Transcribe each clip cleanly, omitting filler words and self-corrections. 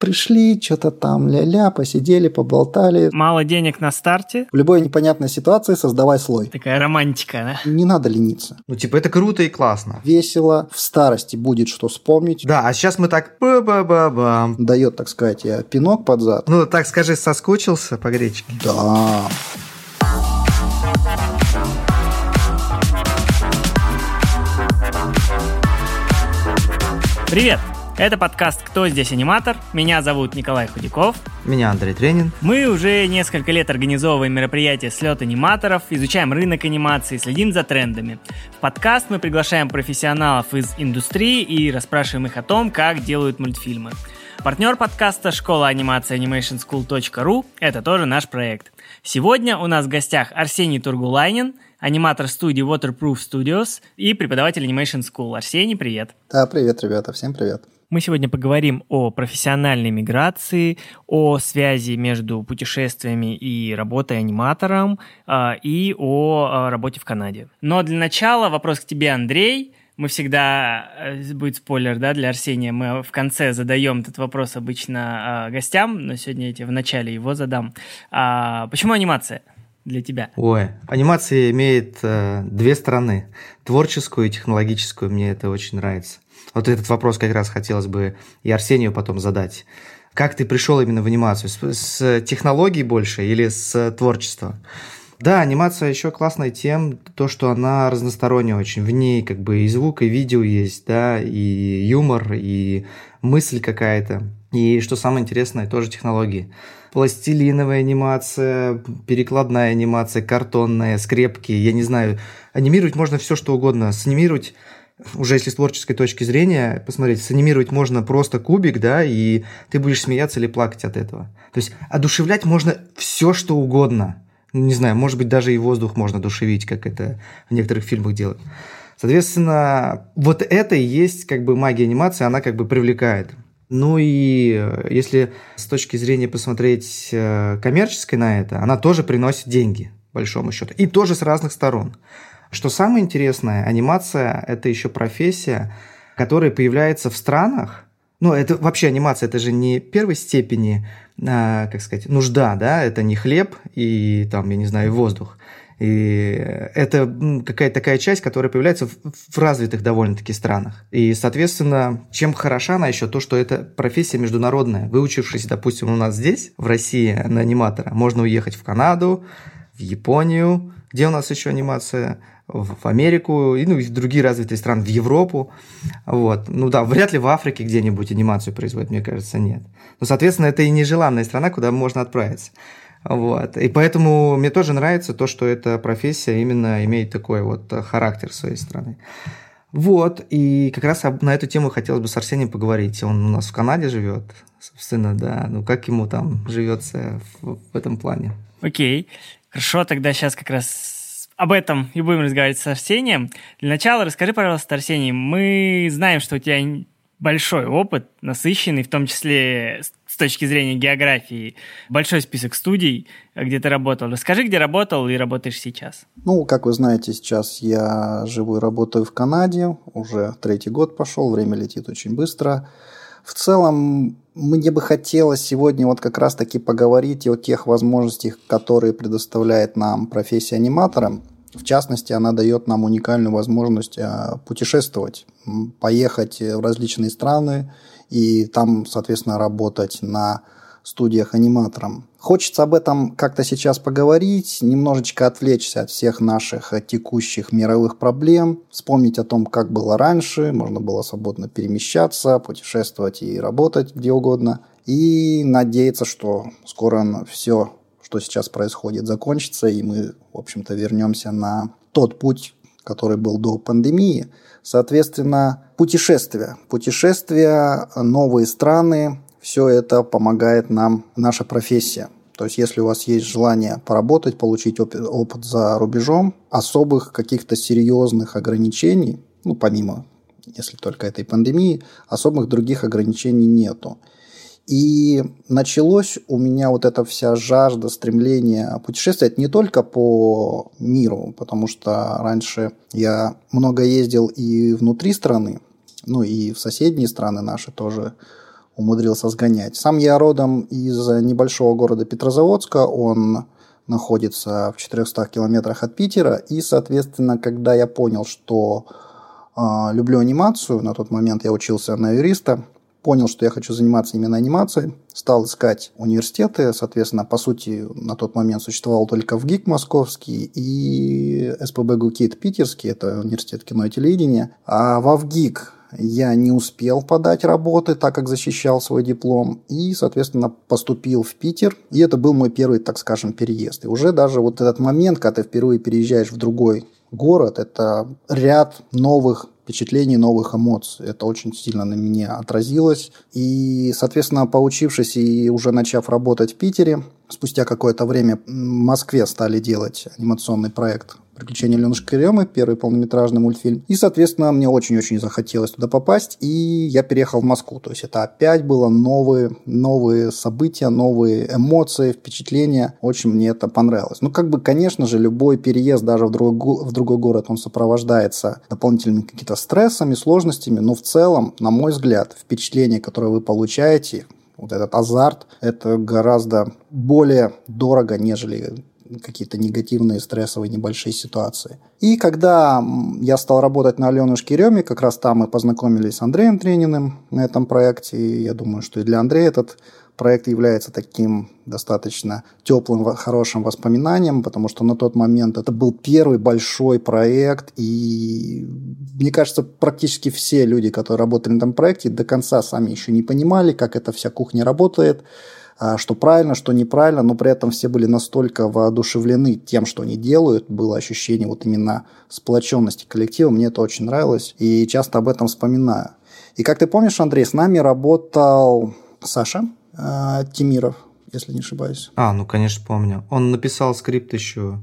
Пришли, что-то там ля-ля, посидели, поболтали. Мало денег на старте? В любой непонятной ситуации создавай слой. Такая романтика, да? Не надо лениться. Ну, типа, это круто и классно. Весело, в старости будет что вспомнить. Да, а сейчас мы так ба-ба-ба-бам. Дает, так сказать, пинок под зад. Ну, так скажи, соскучился по гречке? Да. Привет! Это подкаст «Кто здесь аниматор?». Меня зовут Николай Худяков. Меня Андрей Тренин. Мы уже несколько лет организовываем мероприятия «Слет аниматоров», изучаем рынок анимации, следим за трендами. В подкаст мы приглашаем профессионалов из индустрии и расспрашиваем их о том, как делают мультфильмы. Партнер подкаста — школа анимации animationschool.ru. Это тоже наш проект. Сегодня у нас в гостях Арсений Тургулайнин, аниматор студии Waterproof Studios и преподаватель Animation School. Арсений, привет. Да, привет, ребята, всем привет. Мы сегодня поговорим о профессиональной миграции, о связи между путешествиями и работой аниматором, и о работе в Канаде. Но для начала вопрос к тебе, Андрей. Мы всегда, будет спойлер, да, для Арсения, мы в конце задаем этот вопрос обычно гостям, но сегодня я тебе в начале его задам. Почему анимация для тебя? Ой, анимация имеет две стороны, творческую и технологическую, мне это очень нравится. Вот этот вопрос как раз хотелось бы и Арсению потом задать. Как ты пришел именно в анимацию? С технологий больше или с творчества? Да, анимация еще классная тем, то, что она разносторонняя очень. В ней как бы и звук, и видео есть, да, и юмор, и мысль какая-то. И что самое интересное, тоже технологии. Пластилиновая анимация, перекладная анимация, картонная, скрепки, я не знаю. Анимировать можно все, что угодно. Санимировать, уже если с творческой точки зрения посмотреть, санимировать можно просто кубик, да, и ты будешь смеяться или плакать от этого. То есть одушевлять можно все, что угодно. Не знаю, может быть, даже и воздух можно душевить, как это в некоторых фильмах делают. Соответственно, вот это и есть как бы магия анимации, она как бы привлекает. Ну и если с точки зрения посмотреть коммерческой на это, она тоже приносит деньги, по большому счету. И тоже с разных сторон. Что самое интересное, анимация – это еще профессия, которая появляется в странах. Ну, это вообще анимация, это же не первой степени, как сказать, нужда, да, это не хлеб и там, я не знаю, воздух. И это какая-то такая часть, которая появляется в развитых довольно-таки странах. И, соответственно, чем хороша она еще, то, что это профессия международная. Выучившись, допустим, у нас здесь, в России, на аниматора, можно уехать в Канаду, в Японию, где у нас еще анимация, в Америку, и, ну, и в другие развитые страны, в Европу. Вот. Ну да, вряд ли в Африке где-нибудь анимацию производят, мне кажется, нет. Но, соответственно, это и нежеланная страна, куда можно отправиться. Вот. И поэтому мне тоже нравится то, что эта профессия именно имеет такой вот характер своей страны. Вот, и как раз на эту тему хотелось бы с Арсением поговорить. Он у нас в Канаде живет, собственно, да. Ну, как ему там живется в этом плане? Окей, хорошо, тогда сейчас как раз об этом и будем разговаривать с Арсением. Для начала расскажи, пожалуйста, Арсений, мы знаем, что у тебя большой опыт, насыщенный, в том числе с точки зрения географии, большой список студий, где ты работал. Расскажи, где работал и работаешь сейчас. Ну, как вы знаете, сейчас я живу и работаю в Канаде, уже 3-й год пошел, время летит очень быстро. В целом, мне бы хотелось сегодня вот как раз-таки поговорить о тех возможностях, которые предоставляет нам профессия аниматора. В частности, она дает нам уникальную возможность путешествовать, поехать в различные страны и там, соответственно, работать на студиях аниматором. Хочется об этом как-то сейчас поговорить, немножечко отвлечься от всех наших текущих мировых проблем, вспомнить о том, как было раньше, можно было свободно перемещаться, путешествовать и работать где угодно, и надеяться, что скоро все, что сейчас происходит, закончится, и мы, в общем-то, вернемся на тот путь, который был до пандемии. Соответственно, путешествия, новые страны, все это помогает нам, наша профессия. То есть, если у вас есть желание поработать, получить опыт за рубежом, особых каких-то серьезных ограничений, ну, помимо, если только этой пандемии, особых других ограничений нету. И началось у меня вот эта вся жажда, стремление путешествовать не только по миру, потому что раньше я много ездил и внутри страны, ну и в соседние страны наши тоже умудрился сгонять. Сам я родом из небольшого города Петрозаводска, он находится в 400 километрах от Питера, и, соответственно, когда я понял, что люблю анимацию, на тот момент я учился на юриста, понял, что я хочу заниматься именно анимацией, стал искать университеты, соответственно, по сути, на тот момент существовал только ВГИК московский и СПб ГУКИТ питерский, это университет кино и телевидения, а во ВГИК я не успел подать работы, так как защищал свой диплом, и, соответственно, поступил в Питер, и это был мой первый, так скажем, переезд. И уже даже вот этот момент, когда ты впервые переезжаешь в другой город, это ряд новых впечатлений, новых эмоций. Это очень сильно на меня отразилось. И, соответственно, поучившись и уже начав работать в Питере, спустя какое-то время в Москве стали делать анимационный проект «Приключения Аленушки и Ремы», первый полнометражный мультфильм. И, соответственно, мне очень-очень захотелось туда попасть, и я переехал в Москву. То есть это опять было новые события, новые эмоции, впечатления. Очень мне это понравилось. Ну, конечно же, любой переезд даже в другой город, он сопровождается дополнительными какими-то стрессами, сложностями, но в целом, на мой взгляд, впечатление, которое вы получаете, вот этот азарт, это гораздо более дорого, нежели какие-то негативные, стрессовые, небольшие ситуации. И когда я стал работать на Аленушке и Реме, как раз там мы познакомились с Андреем Трениным на этом проекте. И я думаю, что и для Андрея этот проект является таким достаточно теплым, хорошим воспоминанием, потому что на тот момент это был первый большой проект, и мне кажется, практически все люди, которые работали на этом проекте, до конца сами еще не понимали, как эта вся кухня работает, что правильно, что неправильно, но при этом все были настолько воодушевлены тем, что они делают, было ощущение вот именно сплоченности коллектива, мне это очень нравилось, и часто об этом вспоминаю. И как ты помнишь, Андрей, с нами работал Саша Тимиров, если не ошибаюсь. Ну, конечно, помню. Он написал скрипт еще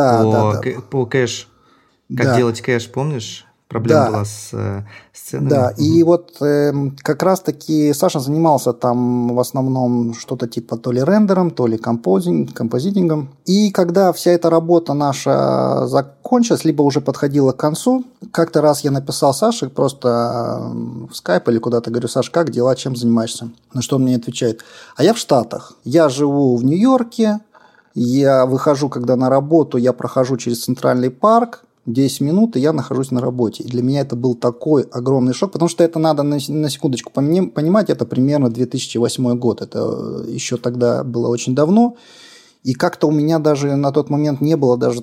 по кэш. Как делать кэш, помнишь? Проблема была с сценами. Да, и вот как раз-таки Саша занимался там в основном что-то типа то ли рендером, то ли композитингом. И когда вся эта работа наша закончилась, либо уже подходила к концу, как-то раз я написал Саше просто в скайп или куда-то, говорю: Саш, как дела, чем занимаешься? На что он мне отвечает: а я в Штатах, я живу в Нью-Йорке, я выхожу, когда на работу, я прохожу через Центральный парк, 10 минут, и я нахожусь на работе. И для меня это был такой огромный шок, потому что это надо на секундочку понимать, это примерно 2008 год, это еще тогда было очень давно, и как-то у меня даже на тот момент не было даже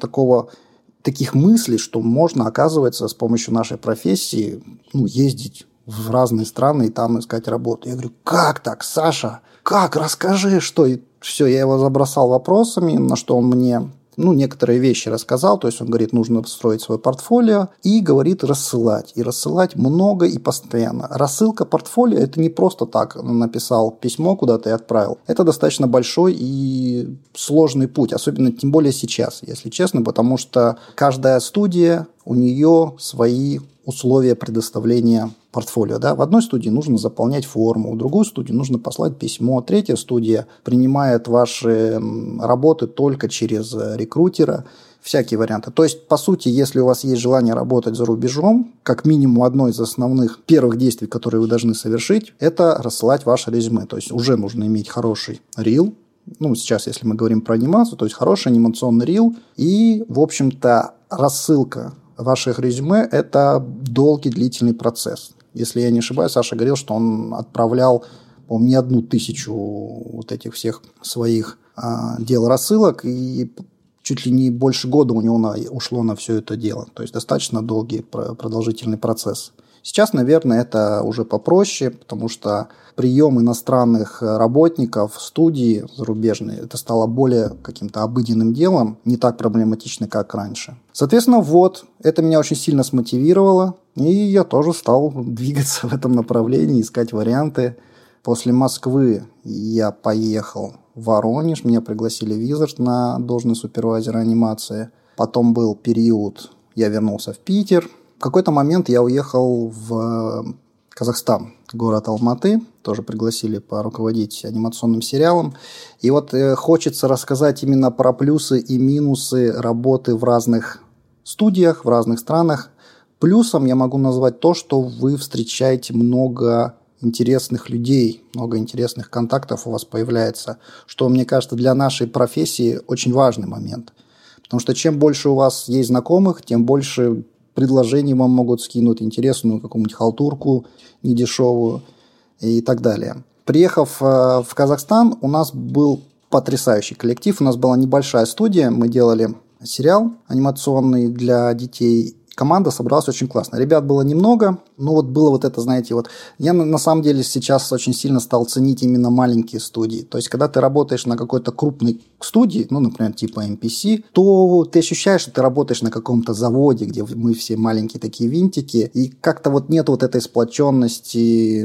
таких мыслей, что можно, оказывается, с помощью нашей профессии ездить в разные страны и там искать работу. Я говорю: как так, Саша? Как? Расскажи, что? И все, я его забросал вопросами, на что он мне некоторые вещи рассказал, то есть он говорит, нужно строить свое портфолио, и говорит рассылать. И рассылать много и постоянно. Рассылка портфолио – это не просто так написал письмо куда-то и отправил. Это достаточно большой и сложный путь, особенно тем более сейчас, если честно, потому что каждая студия, у нее свои условия предоставления портфолио. Да? В одной студии нужно заполнять форму, в другую студию нужно послать письмо, третья студия принимает ваши работы только через рекрутера, всякие варианты. То есть, по сути, если у вас есть желание работать за рубежом, как минимум одно из основных первых действий, которые вы должны совершить, это рассылать ваше резюме. То есть, уже нужно иметь хороший рил. Сейчас, если мы говорим про анимацию, то есть хороший анимационный рил и, в общем-то, рассылка ваших резюме – это долгий, длительный процесс. Если я не ошибаюсь, Саша говорил, что он отправлял, по-моему, не 1000 вот этих всех своих дел рассылок, и чуть ли не больше года у него ушло на все это дело. То есть достаточно долгий, продолжительный процесс. Сейчас, наверное, это уже попроще, потому что прием иностранных работников в студии зарубежные, это стало более каким-то обыденным делом, не так проблематично, как раньше. Соответственно, это меня очень сильно смотивировало, и я тоже стал двигаться в этом направлении, искать варианты. После Москвы я поехал в Воронеж, меня пригласили в Визард на должность супервайзера анимации. Потом был период, я вернулся в Питер. В какой-то момент я уехал в Казахстан, город Алматы, тоже пригласили поруководить анимационным сериалом. И хочется рассказать именно про плюсы и минусы работы в разных студиях, в разных странах. Плюсом я могу назвать то, что вы встречаете много интересных людей, много интересных контактов у вас появляется, что, мне кажется, для нашей профессии очень важный момент. Потому что чем больше у вас есть знакомых, тем больше предложений вам могут скинуть, интересную какую-нибудь халтурку недешевую и так далее. Приехав в Казахстан, у нас был потрясающий коллектив. У нас была небольшая студия, мы делали сериал анимационный для детей. Команда собралась очень классно. Ребят было немного, но вот было вот это, знаете, вот я на самом деле сейчас очень сильно стал ценить именно маленькие студии. То есть, когда ты работаешь на какой-то крупной студии, ну, например, типа MPC, то ты ощущаешь, что ты работаешь на каком-то заводе, где мы все маленькие такие винтики, и как-то вот нет вот этой сплоченности.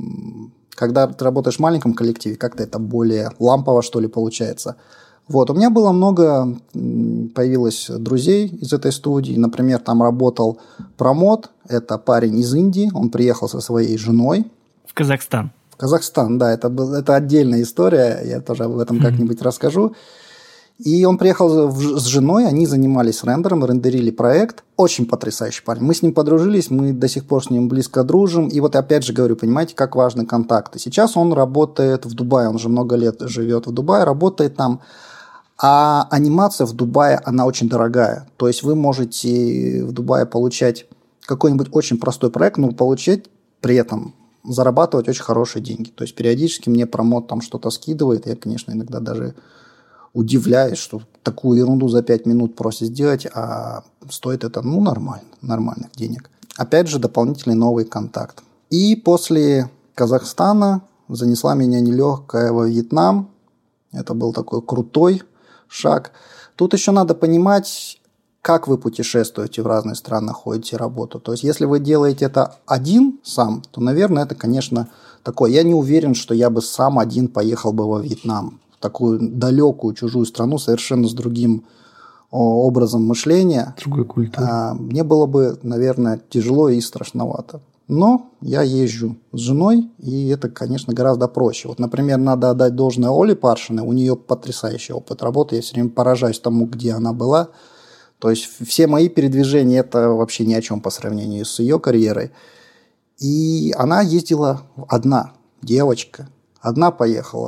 Когда ты работаешь в маленьком коллективе, как-то это более лампово, что ли, получается. Вот, у меня было много, появилось друзей из этой студии. Например, там работал Промод, это парень из Индии, он приехал со своей женой. В Казахстан. В Казахстан, да, это отдельная история, я тоже об этом как-нибудь расскажу. И он приехал с женой, они занимались рендером, рендерили проект. Очень потрясающий парень. Мы с ним подружились, мы до сих пор с ним близко дружим. И вот опять же говорю, понимаете, как важны контакты. Сейчас он работает в Дубае, он уже много лет живет в Дубае, работает там. А анимация в Дубае, она очень дорогая. То есть вы можете в Дубае получать какой-нибудь очень простой проект, но получать при этом зарабатывать очень хорошие деньги. То есть периодически мне Промод там что-то скидывает. Я, конечно, иногда даже удивляюсь, что такую ерунду за 5 минут просит сделать, а стоит это, ну, нормально, нормальных денег. Опять же, дополнительный новый контакт. И после Казахстана занесла меня нелегкая во Вьетнам. Это был такой крутой шаг. Тут еще надо понимать, как вы путешествуете в разные страны, находите работу. То есть, если вы делаете это один сам, то, наверное, это, конечно, такое. Я не уверен, что я бы сам один поехал бы во Вьетнам. В такую далекую, чужую страну, совершенно с другим образом мышления. Другой культурой. Мне было бы, наверное, тяжело и страшновато. Но я езжу с женой, и это, конечно, гораздо проще. Вот, например, надо отдать должное Оле Паршиной, у нее потрясающий опыт работы, я все время поражаюсь тому, где она была. То есть все мои передвижения – это вообще ни о чем по сравнению с ее карьерой. И она ездила одна, девочка. Одна поехала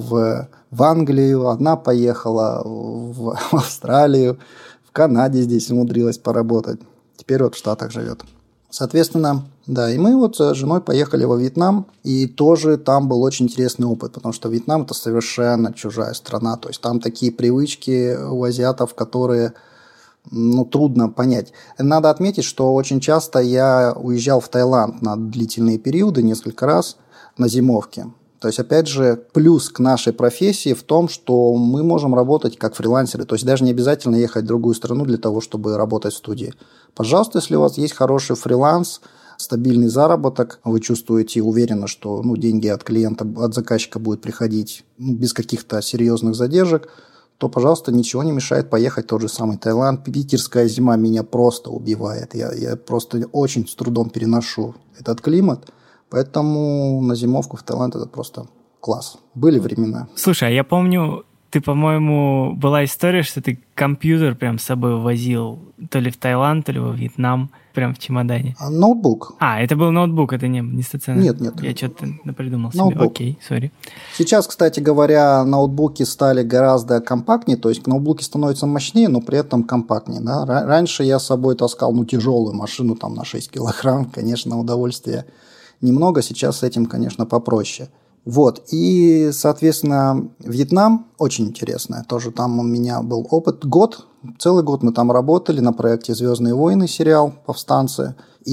в Англию, одна поехала в Австралию, в Канаде здесь умудрилась поработать. Теперь вот в Штатах живет. Соответственно, да, и мы вот с женой поехали во Вьетнам, и тоже там был очень интересный опыт, потому что Вьетнам – это совершенно чужая страна, то есть там такие привычки у азиатов, которые, ну, трудно понять. Надо отметить, что очень часто я уезжал в Таиланд на длительные периоды, несколько раз, на зимовке. То есть, опять же, плюс к нашей профессии в том, что мы можем работать как фрилансеры. То есть, даже не обязательно ехать в другую страну для того, чтобы работать в студии. Пожалуйста, если у вас есть хороший фриланс, стабильный заработок, вы чувствуете уверенно, что деньги от клиента, от заказчика будут приходить без каких-то серьезных задержек, то, пожалуйста, ничего не мешает поехать в тот же самый Таиланд. Питерская зима меня просто убивает. Я просто очень с трудом переношу этот климат. Поэтому на зимовку в Таиланд это просто класс. Были времена. Слушай, а я помню, ты, по-моему, была история, что ты компьютер прям с собой возил то ли в Таиланд, то ли во Вьетнам, прям в чемодане. Ноутбук. Это был ноутбук, это не стационарный? Нет. Я что-то придумал ноутбук. себе. Окей, сори. Сейчас, кстати говоря, ноутбуки стали гораздо компактнее, то есть ноутбуки становятся мощнее, но при этом компактнее. Да? Раньше я с собой таскал тяжелую машину там, на 6 килограмм, конечно, удовольствие немного, сейчас с этим, конечно, попроще. Вот, и, соответственно, Вьетнам очень интересно. Тоже там у меня был опыт. Целый год мы там работали на проекте «Звездные войны», сериал «Повстанцы».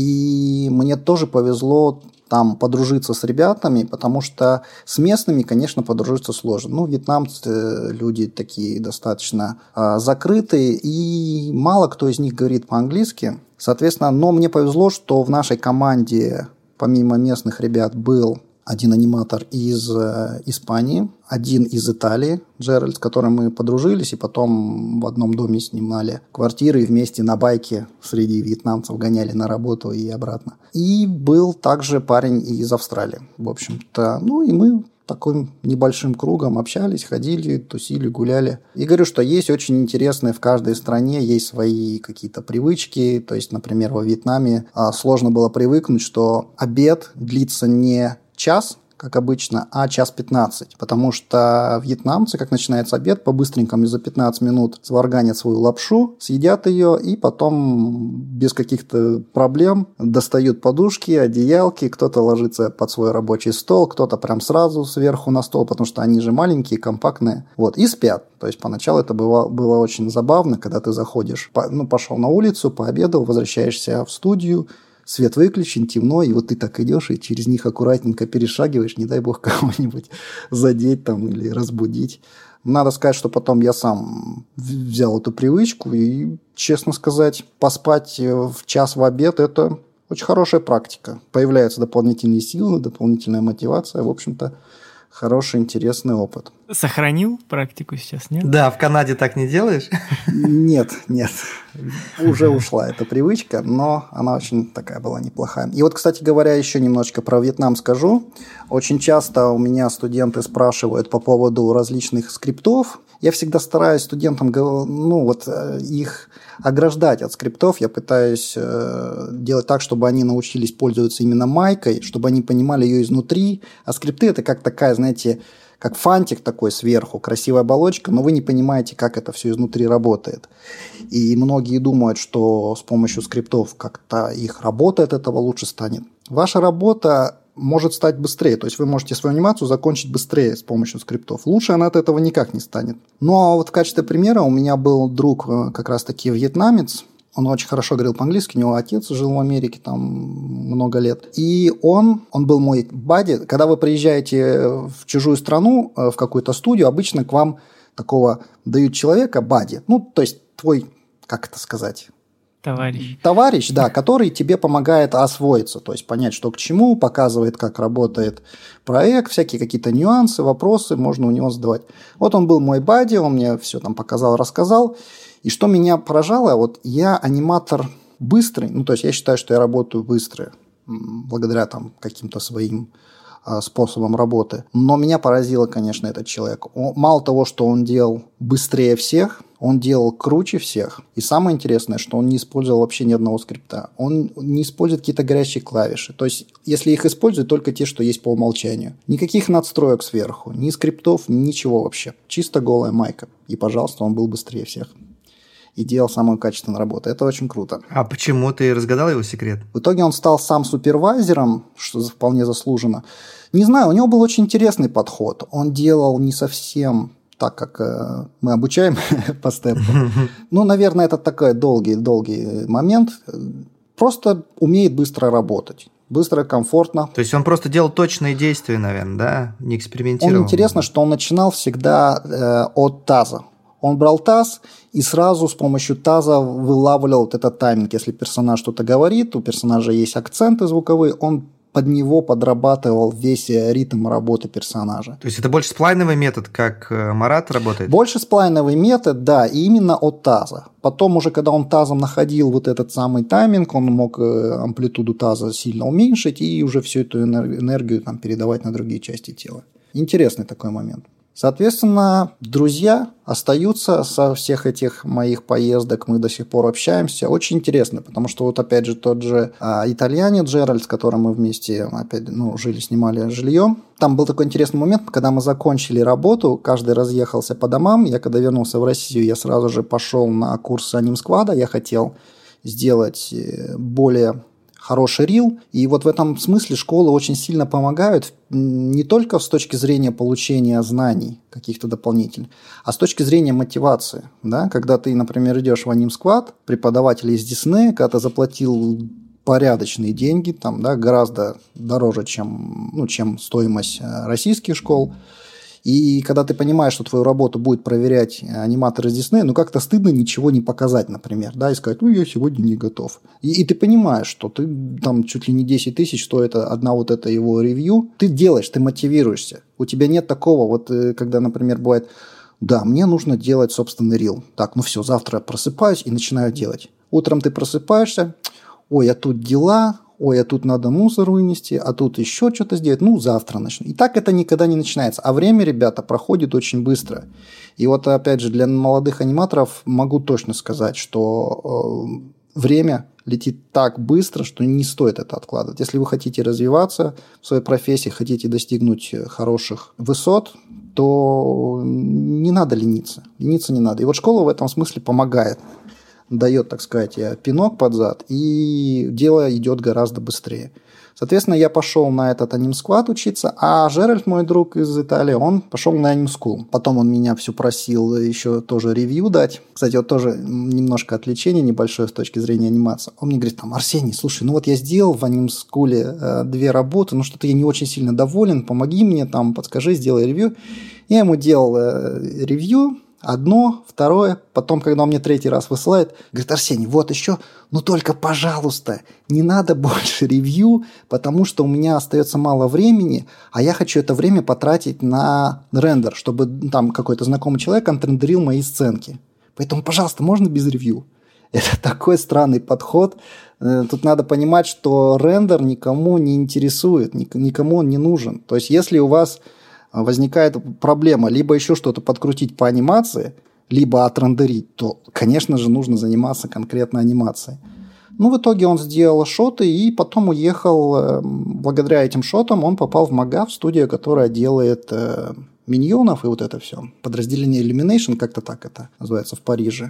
И мне тоже повезло там подружиться с ребятами, потому что с местными, конечно, подружиться сложно. Вьетнамцы люди такие достаточно закрытые, и мало кто из них говорит по-английски. Соответственно, но мне повезло, что в нашей команде помимо местных ребят был один аниматор из Испании, один из Италии, Джеральд, с которым мы подружились, и потом в одном доме снимали квартиры и вместе на байке среди вьетнамцев гоняли на работу и обратно. И был также парень из Австралии, в общем-то. И мы таким небольшим кругом общались, ходили, тусили, гуляли. И говорю, что есть очень интересные в каждой стране, есть свои какие-то привычки. То есть, например, во Вьетнаме сложно было привыкнуть, что обед длится не час, как обычно, а час 15. Потому что вьетнамцы, как начинается обед, по-быстренькому за 15 минут сварганят свою лапшу, съедят ее и потом без каких-то проблем достают подушки, одеялки, кто-то ложится под свой рабочий стол, кто-то прям сразу сверху на стол, потому что они же маленькие, компактные, вот, и спят. То есть поначалу это было очень забавно, когда ты заходишь, пошел на улицу, пообедал, возвращаешься в студию, свет выключен, темно, и вот ты так идешь и через них аккуратненько перешагиваешь, не дай бог кого-нибудь задеть там или разбудить. Надо сказать, что потом я сам взял эту привычку, и, честно сказать, поспать в час в обед – это очень хорошая практика. Появляются дополнительные силы, дополнительная мотивация, в общем-то, хороший, интересный опыт. Сохранил практику сейчас, нет? Да, в Канаде так не делаешь? Нет. Уже ушла эта привычка, но она очень такая была неплохая. И вот, кстати говоря, еще немножечко про Вьетнам скажу. Очень часто у меня студенты спрашивают по поводу различных скриптов. Я всегда стараюсь студентам их ограждать от скриптов. Я пытаюсь делать так, чтобы они научились пользоваться именно майкой, чтобы они понимали ее изнутри. А скрипты – это как такая, знаете, как фантик такой сверху, красивая оболочка, но вы не понимаете, как это все изнутри работает. И многие думают, что с помощью скриптов как-то их работа от этого лучше станет. Ваша работа может стать быстрее, то есть вы можете свою анимацию закончить быстрее с помощью скриптов. Лучше она от этого никак не станет. Ну а вот в качестве примера у меня был друг как раз-таки вьетнамец. Он очень хорошо говорил по-английски, у него отец жил в Америке там много лет. И он был мой бадди. Когда вы приезжаете в чужую страну, в какую-то студию, обычно к вам такого дают человека бадди. Ну, то есть твой, как это сказать? Товарищ, да, который тебе помогает освоиться, то есть понять, что к чему, показывает, как работает проект, всякие какие-то нюансы, вопросы можно у него задавать. Вот он был мой бадди, он мне все там показал, рассказал. И что меня поражало, вот я аниматор быстрый, то есть я считаю, что я работаю быстро, благодаря там каким-то своим способам работы. Но меня поразило, конечно, этот человек. Мало того, что он делал быстрее всех, он делал круче всех. И самое интересное, что он не использовал вообще ни одного скрипта. Он не использует какие-то горячие клавиши. То есть, если их используют, только те, что есть по умолчанию. Никаких надстроек сверху, ни скриптов, ничего вообще. Чисто голая майка. И, пожалуйста, он был быстрее всех. И делал самую качественную работу. Это очень круто. А почему? Ты разгадал его секрет? В итоге он стал сам супервайзером, что вполне заслуженно. Не знаю, у него был очень интересный подход. Он делал не совсем так, как мы обучаем по степу. Наверное, это такой долгий момент. Просто умеет быстро работать. Быстро, комфортно. То есть он просто делал точные действия, наверное, да? Не экспериментировал? Он интересно, что он начинал всегда от таза. Он брал таз и сразу с помощью таза вылавливал вот этот тайминг. Если персонаж что-то говорит, у персонажа есть акценты звуковые, он под него подрабатывал весь ритм работы персонажа. То есть это больше сплайновый метод, как Марат работает? Больше сплайновый метод, да, и именно от таза. Потом уже, когда он тазом находил вот этот самый тайминг, он мог амплитуду таза сильно уменьшить и уже всю эту энергию там, передавать на другие части тела. Интересный такой момент. Соответственно, друзья остаются со всех этих моих поездок, мы до сих пор общаемся. Очень интересно, потому что вот опять же тот же итальянец Джеральд, с которым мы вместе опять жили, снимали жилье. Там был такой интересный момент, когда мы закончили работу, каждый разъехался по домам. Я когда вернулся в Россию, я сразу же пошел на курсы анимсквада. Я хотел сделать более хороший рил. И вот в этом смысле школы очень сильно помогают не только с точки зрения получения знаний каких-то дополнительных, а с точки зрения мотивации. Да? Когда ты, например, идешь в анимсквад, преподаватель из Диснея, когда ты заплатил порядочные деньги, там, да, гораздо дороже, чем стоимость российских школ. И когда ты понимаешь, что твою работу будет проверять аниматор из Диснея, как-то стыдно ничего не показать, например, да, и сказать, я сегодня не готов. И ты понимаешь, что ты там чуть ли не 10 тысяч стоит одна вот эта его ревью. Ты делаешь, ты мотивируешься. У тебя нет такого, вот когда, например, бывает, да, мне нужно делать собственный рил. Так, все, завтра просыпаюсь и начинаю делать. Утром ты просыпаешься, а тут дела, а тут надо мусор вынести, а тут еще что-то сделать, завтра начну. И так это никогда не начинается. А время, ребята, проходит очень быстро. И вот, опять же, для молодых аниматоров могу точно сказать, что время летит так быстро, что не стоит это откладывать. Если вы хотите развиваться в своей профессии, хотите достигнуть хороших высот, то не надо лениться. Лениться не надо. И вот школа в этом смысле помогает. Дает, так сказать, пинок под зад, и дело идет гораздо быстрее. Соответственно, я пошел на этот аним-склад учиться, а Жеральд, мой друг из Италии, он пошел на аним-скул. Потом он меня все просил еще тоже ревью дать. Кстати, вот тоже немножко отвлечение небольшое с точки зрения анимации. Он мне говорит, Арсений, слушай, вот я сделал в аним-скуле 2 работы, что-то я не очень сильно доволен, помоги мне, подскажи, сделай ревью. Я ему делал ревью, 1, 2, потом, когда он мне 3 раз высылает, говорит, Арсений, вот еще, только, пожалуйста, не надо больше ревью, потому что у меня остается мало времени, а я хочу это время потратить на рендер, чтобы там какой-то знакомый человек отрендерил мои сценки. Поэтому, пожалуйста, можно без ревью? Это такой странный подход. Тут надо понимать, что рендер никому не интересует, никому он не нужен. То есть, если у вас возникает проблема либо еще что-то подкрутить по анимации, либо отрендерить, то, конечно же, нужно заниматься конкретно анимацией. В итоге он сделал шоты и потом уехал. Благодаря этим шотам он попал в Магав, студию, которая делает миньонов и вот это все. Подразделение Illumination, как-то так это называется, в Париже.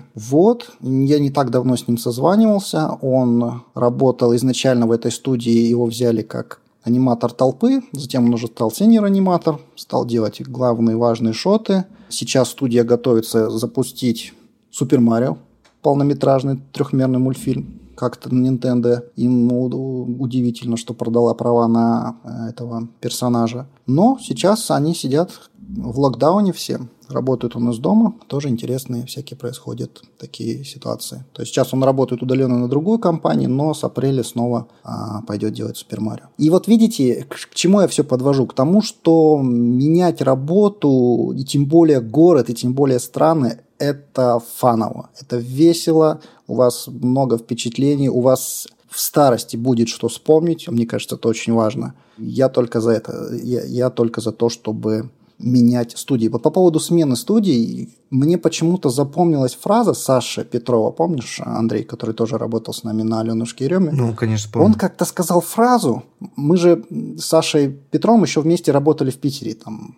Я не так давно с ним созванивался. Он работал изначально в этой студии, его взяли как аниматор толпы, затем он уже стал сеньор-аниматор, стал делать главные важные шоты. Сейчас студия готовится запустить Супер Марио, полнометражный 3-мерный мультфильм, как-то на Nintendo. Им удивительно, что продала права на этого персонажа. Но сейчас они сидят в локдауне все, работают у нас дома, тоже интересные всякие происходят такие ситуации. То есть сейчас он работает удаленно на другую компанию, но с апреля снова пойдет делать Супер Марио. И вот видите, к чему я все подвожу? К тому, что менять работу, и тем более город, и тем более страны, это фаново, это весело, у вас много впечатлений, у вас в старости будет что вспомнить, мне кажется, это очень важно. Я только за это, я только за то, чтобы менять студии. Вот по поводу смены студий, мне почему-то запомнилась фраза Саши Петрова, помнишь, Андрей, который тоже работал с нами на Аленушке и Реме? Конечно, помню. Он как-то сказал фразу, мы же с Сашей Петровым еще вместе работали в Питере,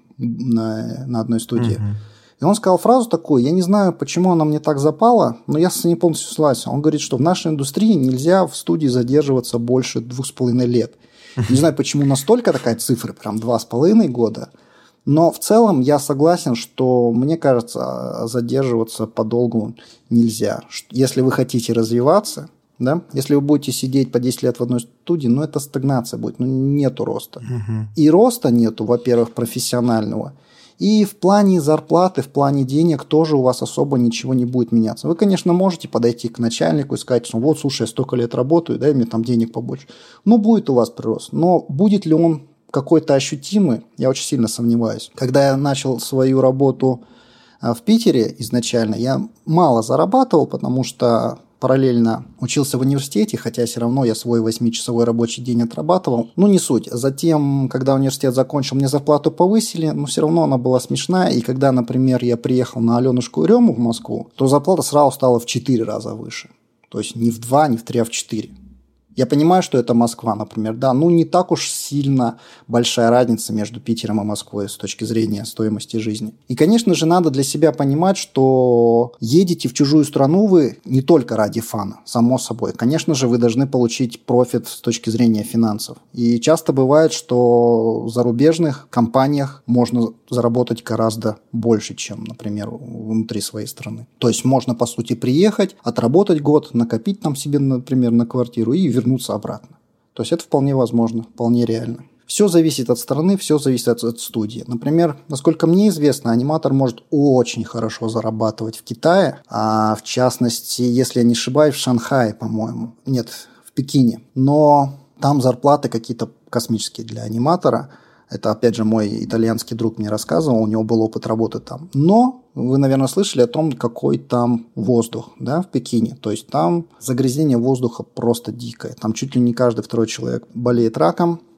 на одной студии. И он сказал фразу такую, я не знаю, почему она мне так запала, но я с ней полностью согласен. Он говорит, что в нашей индустрии нельзя в студии задерживаться больше 2,5 лет. Не знаю, почему настолько такая цифра, прям 2,5 года. Но в целом я согласен, что, мне кажется, задерживаться подолгу нельзя. Если вы хотите развиваться, да, если вы будете сидеть по 10 лет в одной студии, это стагнация будет, нету роста. И роста нету, во-первых, профессионального. И в плане зарплаты, в плане денег тоже у вас особо ничего не будет меняться. Вы, конечно, можете подойти к начальнику и сказать, что вот, слушай, я столько лет работаю, дай мне там денег побольше. Будет у вас прирост. Но будет ли он какой-то ощутимый, я очень сильно сомневаюсь. Когда я начал свою работу в Питере изначально, я мало зарабатывал, потому что параллельно учился в университете, хотя все равно я свой 8-часовой рабочий день отрабатывал. Не суть. Затем, когда университет закончил, мне зарплату повысили, но все равно она была смешная. И когда, например, я приехал на Аленушку и Рему в Москву, то зарплата сразу стала в 4 раза выше. То есть не в 2, не в 3, а в 4. Я понимаю, что это Москва, например, да, не так уж сильно большая разница между Питером и Москвой с точки зрения стоимости жизни. И, конечно же, надо для себя понимать, что едете в чужую страну вы не только ради фана, само собой. Конечно же, вы должны получить профит с точки зрения финансов. И часто бывает, что в зарубежных компаниях можно заработать гораздо больше, чем, например, внутри своей страны. То есть можно, по сути, приехать, отработать год, накопить там себе, например, на квартиру и вернуться обратно. То есть это вполне возможно, вполне реально. Все зависит от страны, все зависит от студии. Например, насколько мне известно, аниматор может очень хорошо зарабатывать в Китае, а в частности, если я не ошибаюсь, в Шанхае, по-моему. Нет, в Пекине. Но там зарплаты какие-то космические для аниматора. Это, опять же, мой итальянский друг мне рассказывал, у него был опыт работы там. Но вы, наверное, слышали о том, какой там воздух, да, в Пекине. То есть там загрязнение воздуха просто дикое. Там чуть ли не каждый второй человек болеет раком.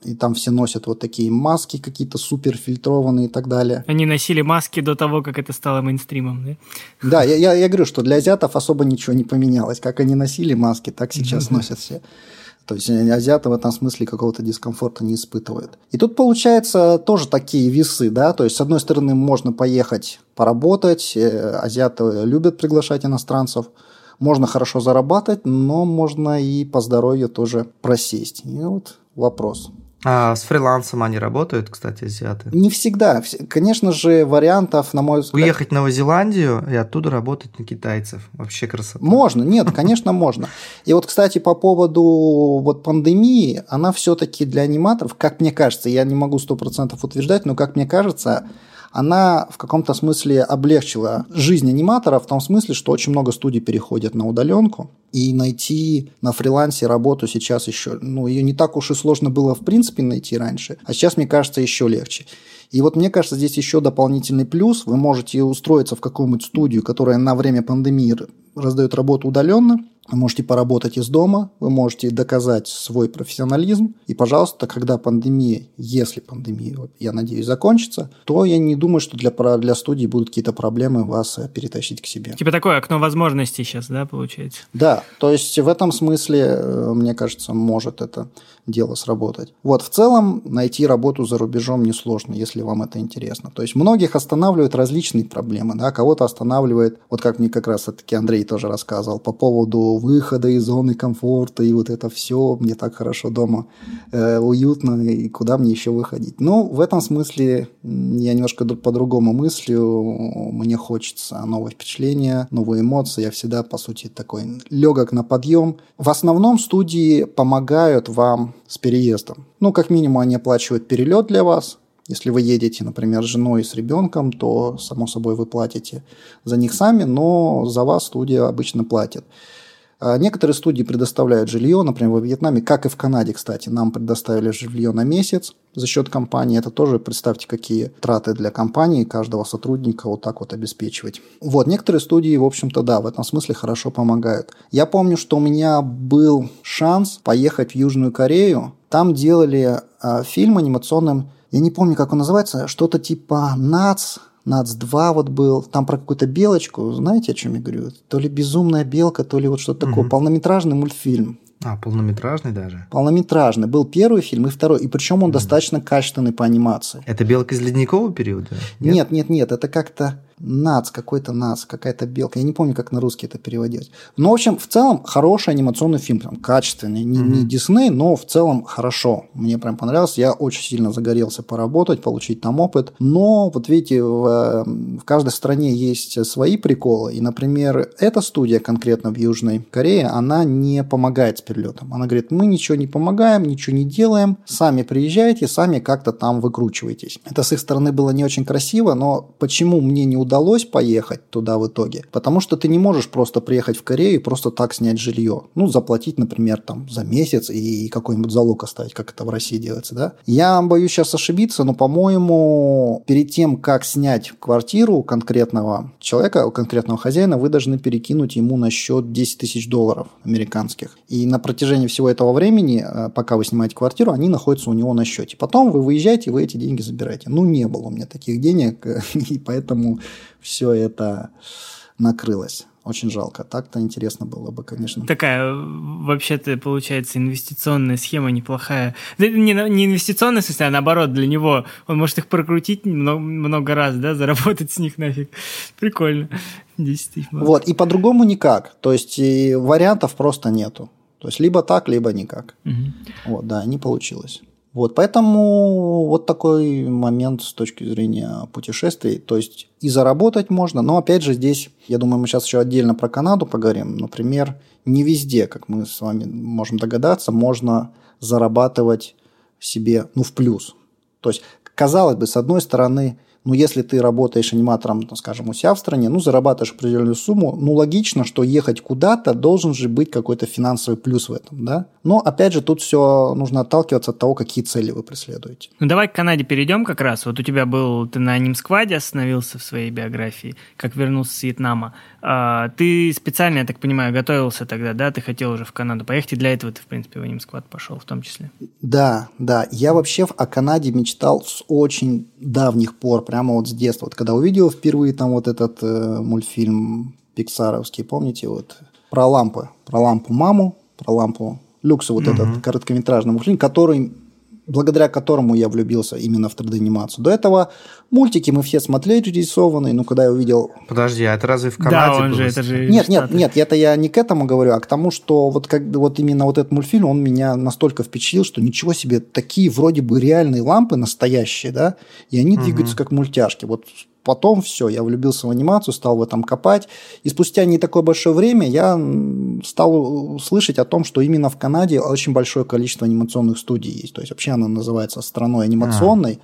и там все носят вот такие маски какие-то суперфильтрованные и так далее. Они носили маски до того, как это стало мейнстримом, да? Да, я говорю, что для азиатов особо ничего не поменялось. Как они носили маски, так сейчас носят все. То есть азиаты в этом смысле какого-то дискомфорта не испытывают. И тут получается тоже такие весы, да, то есть с одной стороны можно поехать поработать, азиаты любят приглашать иностранцев, можно хорошо зарабатывать, но можно и по здоровью тоже просесть. И вот вопрос. А с фрилансом они работают, кстати, азиаты? Не всегда. Конечно же, вариантов, на мой взгляд... Уехать в Новую Зеландию и оттуда работать на китайцев. Вообще красота. Можно, нет, конечно, можно. И вот, кстати, по поводу вот пандемии, она все-таки для аниматоров, как мне кажется, я не могу 100% утверждать, но как мне кажется, она в каком-то смысле облегчила жизнь аниматора в том смысле, что очень много студий переходят на удаленку, и найти на фрилансе работу сейчас еще, ее не так уж и сложно было в принципе найти раньше, а сейчас, мне кажется, еще легче. И вот мне кажется, здесь еще дополнительный плюс. Вы можете устроиться в какую-нибудь студию, которая на время пандемии раздает работу удаленно. Вы можете поработать из дома, вы можете доказать свой профессионализм. И, пожалуйста, когда пандемия, если пандемия, я надеюсь, закончится, то я не думаю, что для студии будут какие-то проблемы вас перетащить к себе. Типа такое окно возможностей сейчас, да, получается? Да, то есть в этом смысле, мне кажется, может это дело сработать. Вот, в целом найти работу за рубежом несложно, если вам это интересно. То есть многих останавливают различные проблемы, да, кого-то останавливает, вот как мне как раз-таки Андрей тоже рассказывал, по поводу выхода из зоны комфорта, и вот это все, мне так хорошо дома, уютно, и куда мне еще выходить. Ну, в этом смысле я немножко по-другому мыслю, мне хочется новые впечатления, новые эмоции, я всегда, по сути, такой легок на подъем. В основном студии помогают вам с переездом. Ну, как минимум, они оплачивают перелет для вас. Если вы едете, например, с женой и с ребенком, то, само собой, вы платите за них сами, но за вас студия обычно платит. Некоторые студии предоставляют жилье, например, во Вьетнаме, как и в Канаде, кстати, нам предоставили жилье на месяц за счет компании. Это тоже, представьте, какие траты для компании, каждого сотрудника вот так вот обеспечивать. Вот, некоторые студии, в общем-то, да, в этом смысле хорошо помогают. Я помню, что у меня был шанс поехать в Южную Корею. Там делали фильм анимационным, я не помню, как он называется, что-то типа «Нац 2» вот был, там про какую-то белочку, знаете, о чем я говорю? То ли «Безумная белка», то ли вот что-то такое, полнометражный мультфильм. Полнометражный даже? Полнометражный. Был первый фильм и второй, и причем он достаточно качественный по анимации. Это белка из ледникового периода? Нет, это как-то какая-то белка. Я не помню, как на русский это переводить. Но, в общем, в целом, хороший анимационный фильм, прям качественный. Не Дисней, но в целом хорошо. Мне прям понравился. Я очень сильно загорелся поработать, получить там опыт. Но, вот видите, в каждой стране есть свои приколы. И, например, эта студия конкретно в Южной Корее, она не помогает с перелетом. Она говорит, мы ничего не помогаем, ничего не делаем. Сами приезжайте, сами как-то там выкручивайтесь. Это с их стороны было не очень красиво, но почему мне не удалось поехать туда в итоге? Потому что ты не можешь просто приехать в Корею и просто так снять жилье. Ну, заплатить, например, там за месяц и какой-нибудь залог оставить, как это в России делается, да? Я боюсь сейчас ошибиться, но, по-моему, перед тем, как снять квартиру конкретного человека, конкретного хозяина, вы должны перекинуть ему на счет $10 тысяч американских. И на протяжении всего этого времени, пока вы снимаете квартиру, они находятся у него на счете. Потом вы выезжаете, вы эти деньги забираете. Ну, не было у меня таких денег, и поэтому все это накрылось. Очень жалко. Так-то интересно было бы, конечно. Такая, вообще-то, получается, инвестиционная схема неплохая. Не инвестиционная, в смысле, а наоборот, для него. Он может их прокрутить много раз, да, заработать с них нафиг. Прикольно. 10 тысяч. Вот, и по-другому никак. То есть, и вариантов просто нету. То есть, либо так, либо никак. Вот, да, не получилось. Вот, поэтому вот такой момент с точки зрения путешествий. То есть и заработать можно, но опять же здесь, я думаю, мы сейчас еще отдельно про Канаду поговорим. Например, не везде, как мы с вами можем догадаться, можно зарабатывать себе, в плюс. То есть, казалось бы, с одной стороны, Но если ты работаешь аниматором, скажем, у себя в стране, зарабатываешь определенную сумму, логично, что ехать куда-то должен же быть какой-то финансовый плюс в этом, да? Но, опять же, тут все нужно отталкиваться от того, какие цели вы преследуете. Давай к Канаде перейдем как раз. Вот у тебя ты на анимскваде остановился в своей биографии, как вернулся с Вьетнама. Ты специально, я так понимаю, готовился тогда, да? Ты хотел уже в Канаду поехать, и для этого ты, в принципе, в анимсквад пошел в том числе. Да. Я вообще о Канаде мечтал с очень давних пор, прямо вот с детства. Вот когда увидел впервые там вот этот мультфильм пиксаровский, помните, вот про лампу маму, про лампу люкса, вот этот короткометражный мультфильм, благодаря которому я влюбился именно в 3D-анимацию. До этого мультики мы все смотрели рисованные, когда я увидел... Подожди, а это разве в Канаде он было? же, это же Нет, это я не к этому говорю, а к тому, что вот именно вот этот мультфильм, он меня настолько впечатлил, что ничего себе, такие вроде бы реальные лампы настоящие, да, и они двигаются как мультяшки. Вот потом все, я влюбился в анимацию, стал в этом копать, и спустя не такое большое время я стал слышать о том, что именно в Канаде очень большое количество анимационных студий есть. То есть вообще она называется страной анимационной.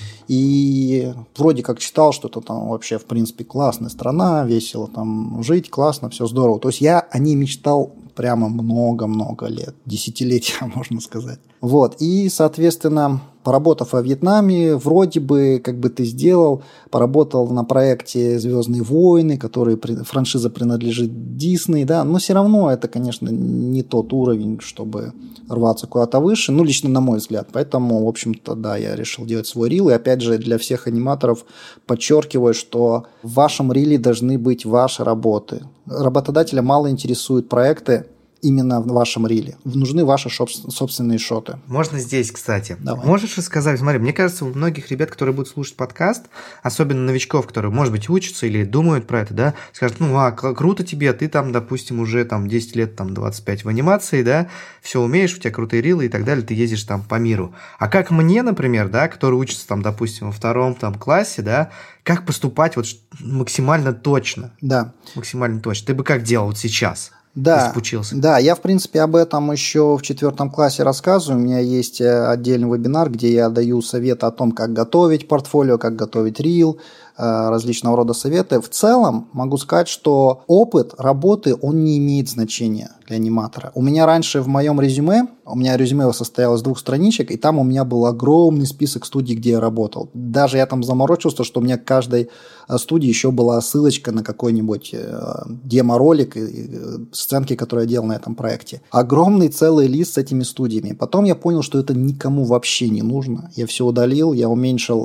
И вроде как читал, что это там вообще, в принципе, классная страна, весело там жить, классно, все здорово. То есть я о ней мечтал прямо много-много лет, десятилетия, можно сказать. Вот, и, соответственно, поработав во Вьетнаме, вроде бы, как бы ты сделал, поработал на проекте «Звездные войны», который франшиза принадлежит Дисней, да, но все равно это, конечно, не тот уровень, чтобы рваться куда-то выше, лично на мой взгляд. Поэтому, в общем-то, да, я решил делать свой рил, и опять же, для всех аниматоров подчеркиваю, что в вашем риле должны быть ваши работы. Работодателя мало интересуют проекты именно в вашем риле. Нужны ваши собственные шоты. Можно здесь, кстати. Давай. Можешь рассказать? Смотри, мне кажется, у многих ребят, которые будут слушать подкаст, особенно новичков, которые, может быть, учатся или думают про это, да, скажут, круто тебе, ты там, допустим, уже там 10 лет, там 25 в анимации, да, все умеешь, у тебя крутые рилы и так далее, ты ездишь там по миру. А как мне, например, да, который учится там, допустим, во втором там классе, да, как поступать вот максимально точно? Да. Максимально точно. Ты бы как делал вот сейчас? Да, я, в принципе, об этом еще в 4 классе рассказываю. У меня есть отдельный вебинар, где я даю советы о том, как готовить портфолио, как готовить рил, различного рода советы. В целом могу сказать, что опыт работы, он не имеет значения для аниматора. У меня раньше в моем резюме, состояло из 2 страничек, и там у меня был огромный список студий, где я работал. Даже я там заморочился, что у меня к каждой студии еще была ссылочка на какой-нибудь демо-ролик, сценки, которые я делал на этом проекте. Огромный целый лист с этими студиями. Потом я понял, что это никому вообще не нужно. Я все удалил, я уменьшил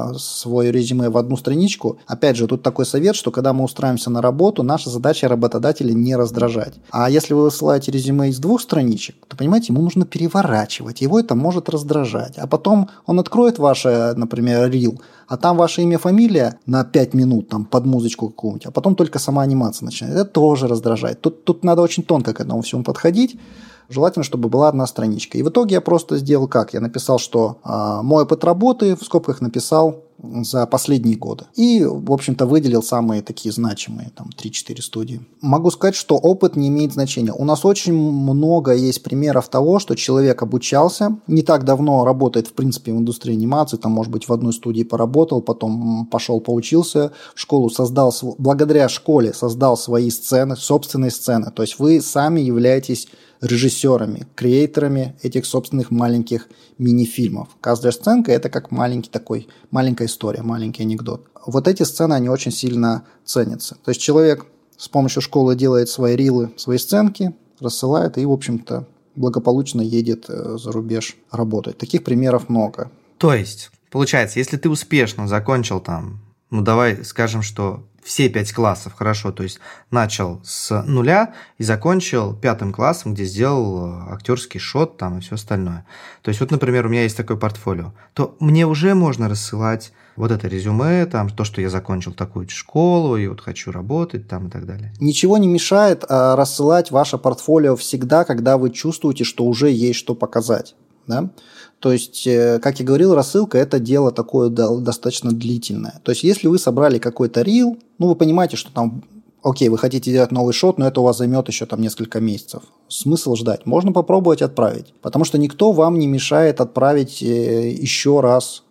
свое резюме в 1 страничку. Опять же, тут такой совет, что когда мы устраиваемся на работу, наша задача работодателя не раздражать. А если вы высылаете резюме из 2 страничек, то, понимаете, ему нужно переворачивать. Его это может раздражать. А потом он откроет ваше, например, рил, а там ваше имя, фамилия на 5 минут там, под музычку какую-нибудь, а потом только сама анимация начинает. Это тоже раздражает. Тут надо очень тонко к этому всему подходить. Желательно, чтобы была 1 страничка. И в итоге я просто сделал как? Я написал, что мой опыт работы, в скобках написал за последние годы. И, в общем-то, выделил самые такие значимые, там, 3-4 студии. Могу сказать, что опыт не имеет значения. У нас очень много есть примеров того, что человек обучался, не так давно работает, в принципе, в индустрии анимации, там, может быть, в одной студии поработал, потом пошел поучился в школу, благодаря школе создал свои сцены, собственные сцены. То есть вы сами являетесь режиссерами, креаторами этих собственных маленьких мини-фильмов. Каждая сценка – это как маленькая история, маленький анекдот. Вот эти сцены, они очень сильно ценятся. То есть человек с помощью школы делает свои рилы, свои сценки, рассылает и, в общем-то, благополучно едет за рубеж работать. Таких примеров много. То есть, получается, если ты успешно закончил там, давай скажем, что все 5 классов, хорошо, то есть начал с 0 и закончил 5 классом, где сделал актерский шот там и все остальное. То есть вот, например, у меня есть такое портфолио, то мне уже можно рассылать вот это резюме, там, то, что я закончил такую школу и вот хочу работать там и так далее. Ничего не мешает рассылать ваше портфолио всегда, когда вы чувствуете, что уже есть что показать. Да? То есть, как я говорил, рассылка – это дело такое достаточно длительное. То есть, если вы собрали какой-то рил, вы понимаете, что там, окей, вы хотите делать новый шот, но это у вас займет еще там несколько месяцев. Смысл ждать? Можно попробовать отправить, потому что никто вам не мешает отправить еще раз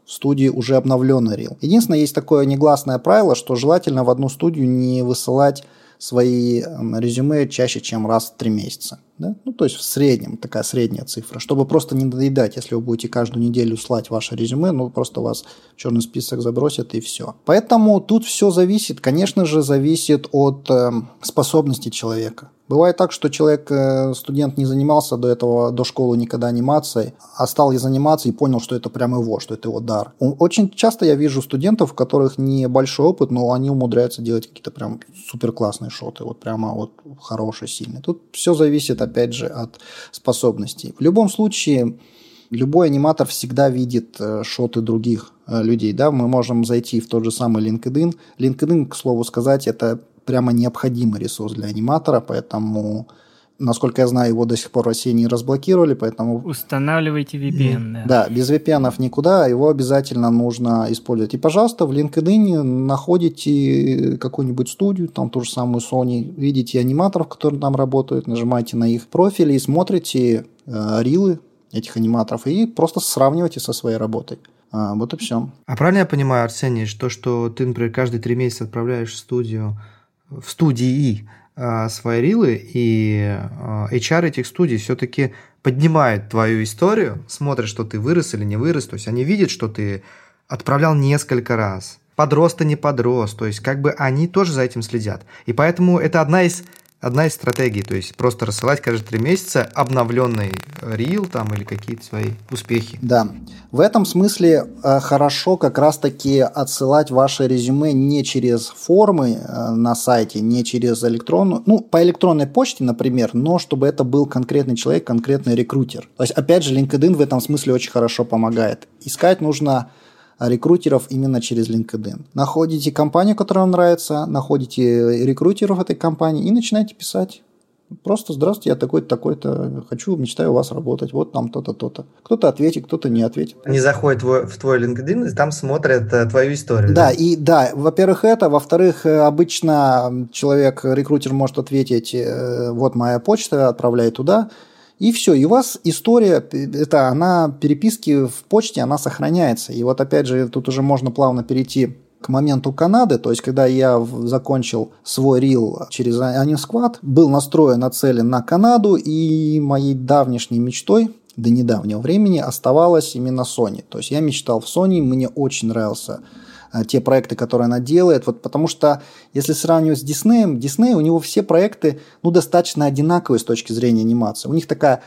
в студии уже обновленный рил. Единственное, есть такое негласное правило, что желательно в одну студию не высылать свои резюме чаще, чем раз в 3 месяца. Да? Ну, то есть в среднем, такая средняя цифра, чтобы просто не надоедать, если вы будете каждую неделю слать ваше резюме, ну, просто вас в черный список забросят и все. Поэтому тут все зависит, конечно же, зависит от способностей человека. Бывает так, что человек, студент, не занимался до этого, до школы никогда анимацией, а стал ей заниматься и понял, что это прям его, что это его дар. Очень часто я вижу студентов, у которых небольшой опыт, но они умудряются делать какие-то прям супер классные шоты, вот прямо вот хорошие, сильные. Тут все зависит, опять же, от способностей. В любом случае, любой аниматор всегда видит шоты других людей. Да? Мы можем зайти в тот же самый LinkedIn. LinkedIn, к слову сказать, это прямо необходимый ресурс для аниматора, поэтому, насколько я знаю, его до сих пор в России не разблокировали, поэтому... Устанавливайте VPN, да. Да, без VPN никуда, его обязательно нужно использовать. И, пожалуйста, в LinkedIn находите какую-нибудь студию, там ту же самую Sony, видите аниматоров, которые там работают, нажимаете на их профили и смотрите рилы этих аниматоров и просто сравнивайте со своей работой. Вот и все. А правильно я понимаю, Арсений, что ты, например, каждые 3 месяца отправляешь в студии свои рилы, и HR этих студий все-таки поднимают твою историю, смотрят, что ты вырос или не вырос, то есть они видят, что ты отправлял несколько раз, подрос ты, не подрос, то есть как бы они тоже за этим следят. И поэтому это одна из стратегий, то есть просто рассылать каждые 3 месяца обновленный рил там или какие-то свои успехи. Да, в этом смысле хорошо как раз-таки отсылать ваше резюме не через формы на сайте, не через электронную, ну, по электронной почте, например, но чтобы это был конкретный человек, конкретный рекрутер. То есть, опять же, LinkedIn в этом смысле очень хорошо помогает. Искать нужно рекрутеров именно через LinkedIn. Находите компанию, которая вам нравится, находите рекрутеров этой компании и начинаете писать. Просто «Здравствуйте, я такой-то, такой-то, мечтаю у вас работать, вот там то-то, то-то». Кто-то ответит, кто-то не ответит. Они заходят в твой LinkedIn и там смотрят твою историю. Да, и да, во-первых, это. Во-вторых, обычно рекрутер может ответить: вот моя почта, отправляй туда. И все, и у вас история, переписки в почте, она сохраняется. И вот опять же, тут уже можно плавно перейти к моменту Канады, то есть когда я закончил свой рил через AnimSquad, был настроен, нацелен на Канаду, и моей давнешней мечтой до недавнего времени оставалась именно Sony. То есть я мечтал в Sony, мне очень нравился те проекты, которые она делает, вот потому что, если сравнивать с Disney, у него все проекты достаточно одинаковые с точки зрения анимации. У них такая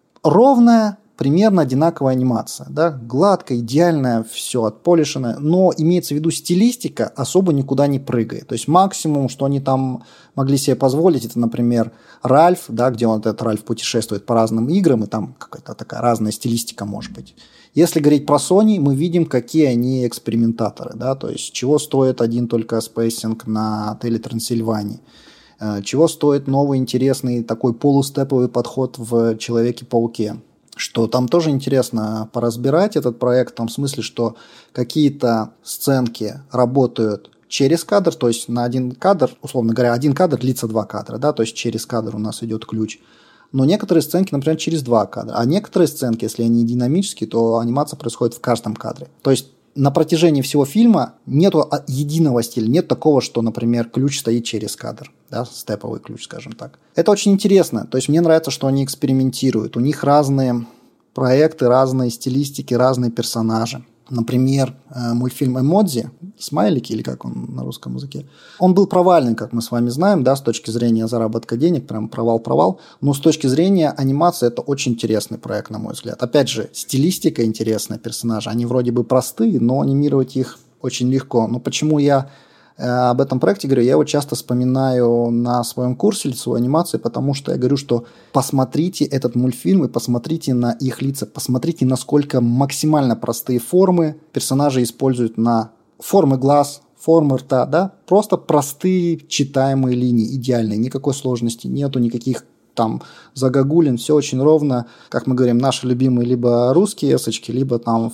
ровная, примерно одинаковая анимация, да? Гладкая, идеальная, все отполишенное, но имеется в виду стилистика особо никуда не прыгает. То есть максимум, что они там могли себе позволить, это, например, Ральф, да, где этот Ральф путешествует по разным играм, и там какая-то такая разная стилистика может быть. Если говорить про Sony, мы видим, какие они экспериментаторы, да, то есть чего стоит один только спейсинг на Отеле Трансильвании, чего стоит новый интересный такой полустеповый подход в Человеке-пауке, что там тоже интересно поразбирать этот проект в том смысле, что какие-то сценки работают через кадр, то есть на один кадр, условно говоря, один кадр длится 2 кадра, да, то есть через кадр у нас идет ключ. Но некоторые сценки, например, через 2 кадра. А некоторые сценки, если они динамические, то анимация происходит в каждом кадре. То есть на протяжении всего фильма нет единого стиля. Нет такого, что, например, ключ стоит через кадр. Да, степовый ключ, скажем так. Это очень интересно. То есть мне нравится, что они экспериментируют. У них разные проекты, разные стилистики, разные персонажи. Например, мультфильм «Эмодзи», «Смайлики» или как он на русском языке, он был провальный, как мы с вами знаем, да, с точки зрения заработка денег, прям провал, но с точки зрения анимации это очень интересный проект, на мой взгляд. Опять же, стилистика интересная, персонажи, они вроде бы простые, но анимировать их очень легко. Но почему я об этом проекте говорю, я его часто вспоминаю на своем курсе лицевой анимации, потому что я говорю, что посмотрите этот мультфильм и посмотрите на их лица, посмотрите, насколько максимально простые формы персонажи используют на формы глаз, формы рта, да, просто простые читаемые линии, идеальные, никакой сложности нету, никаких там загогулин, все очень ровно, как мы говорим, наши любимые либо русские эсочки, либо там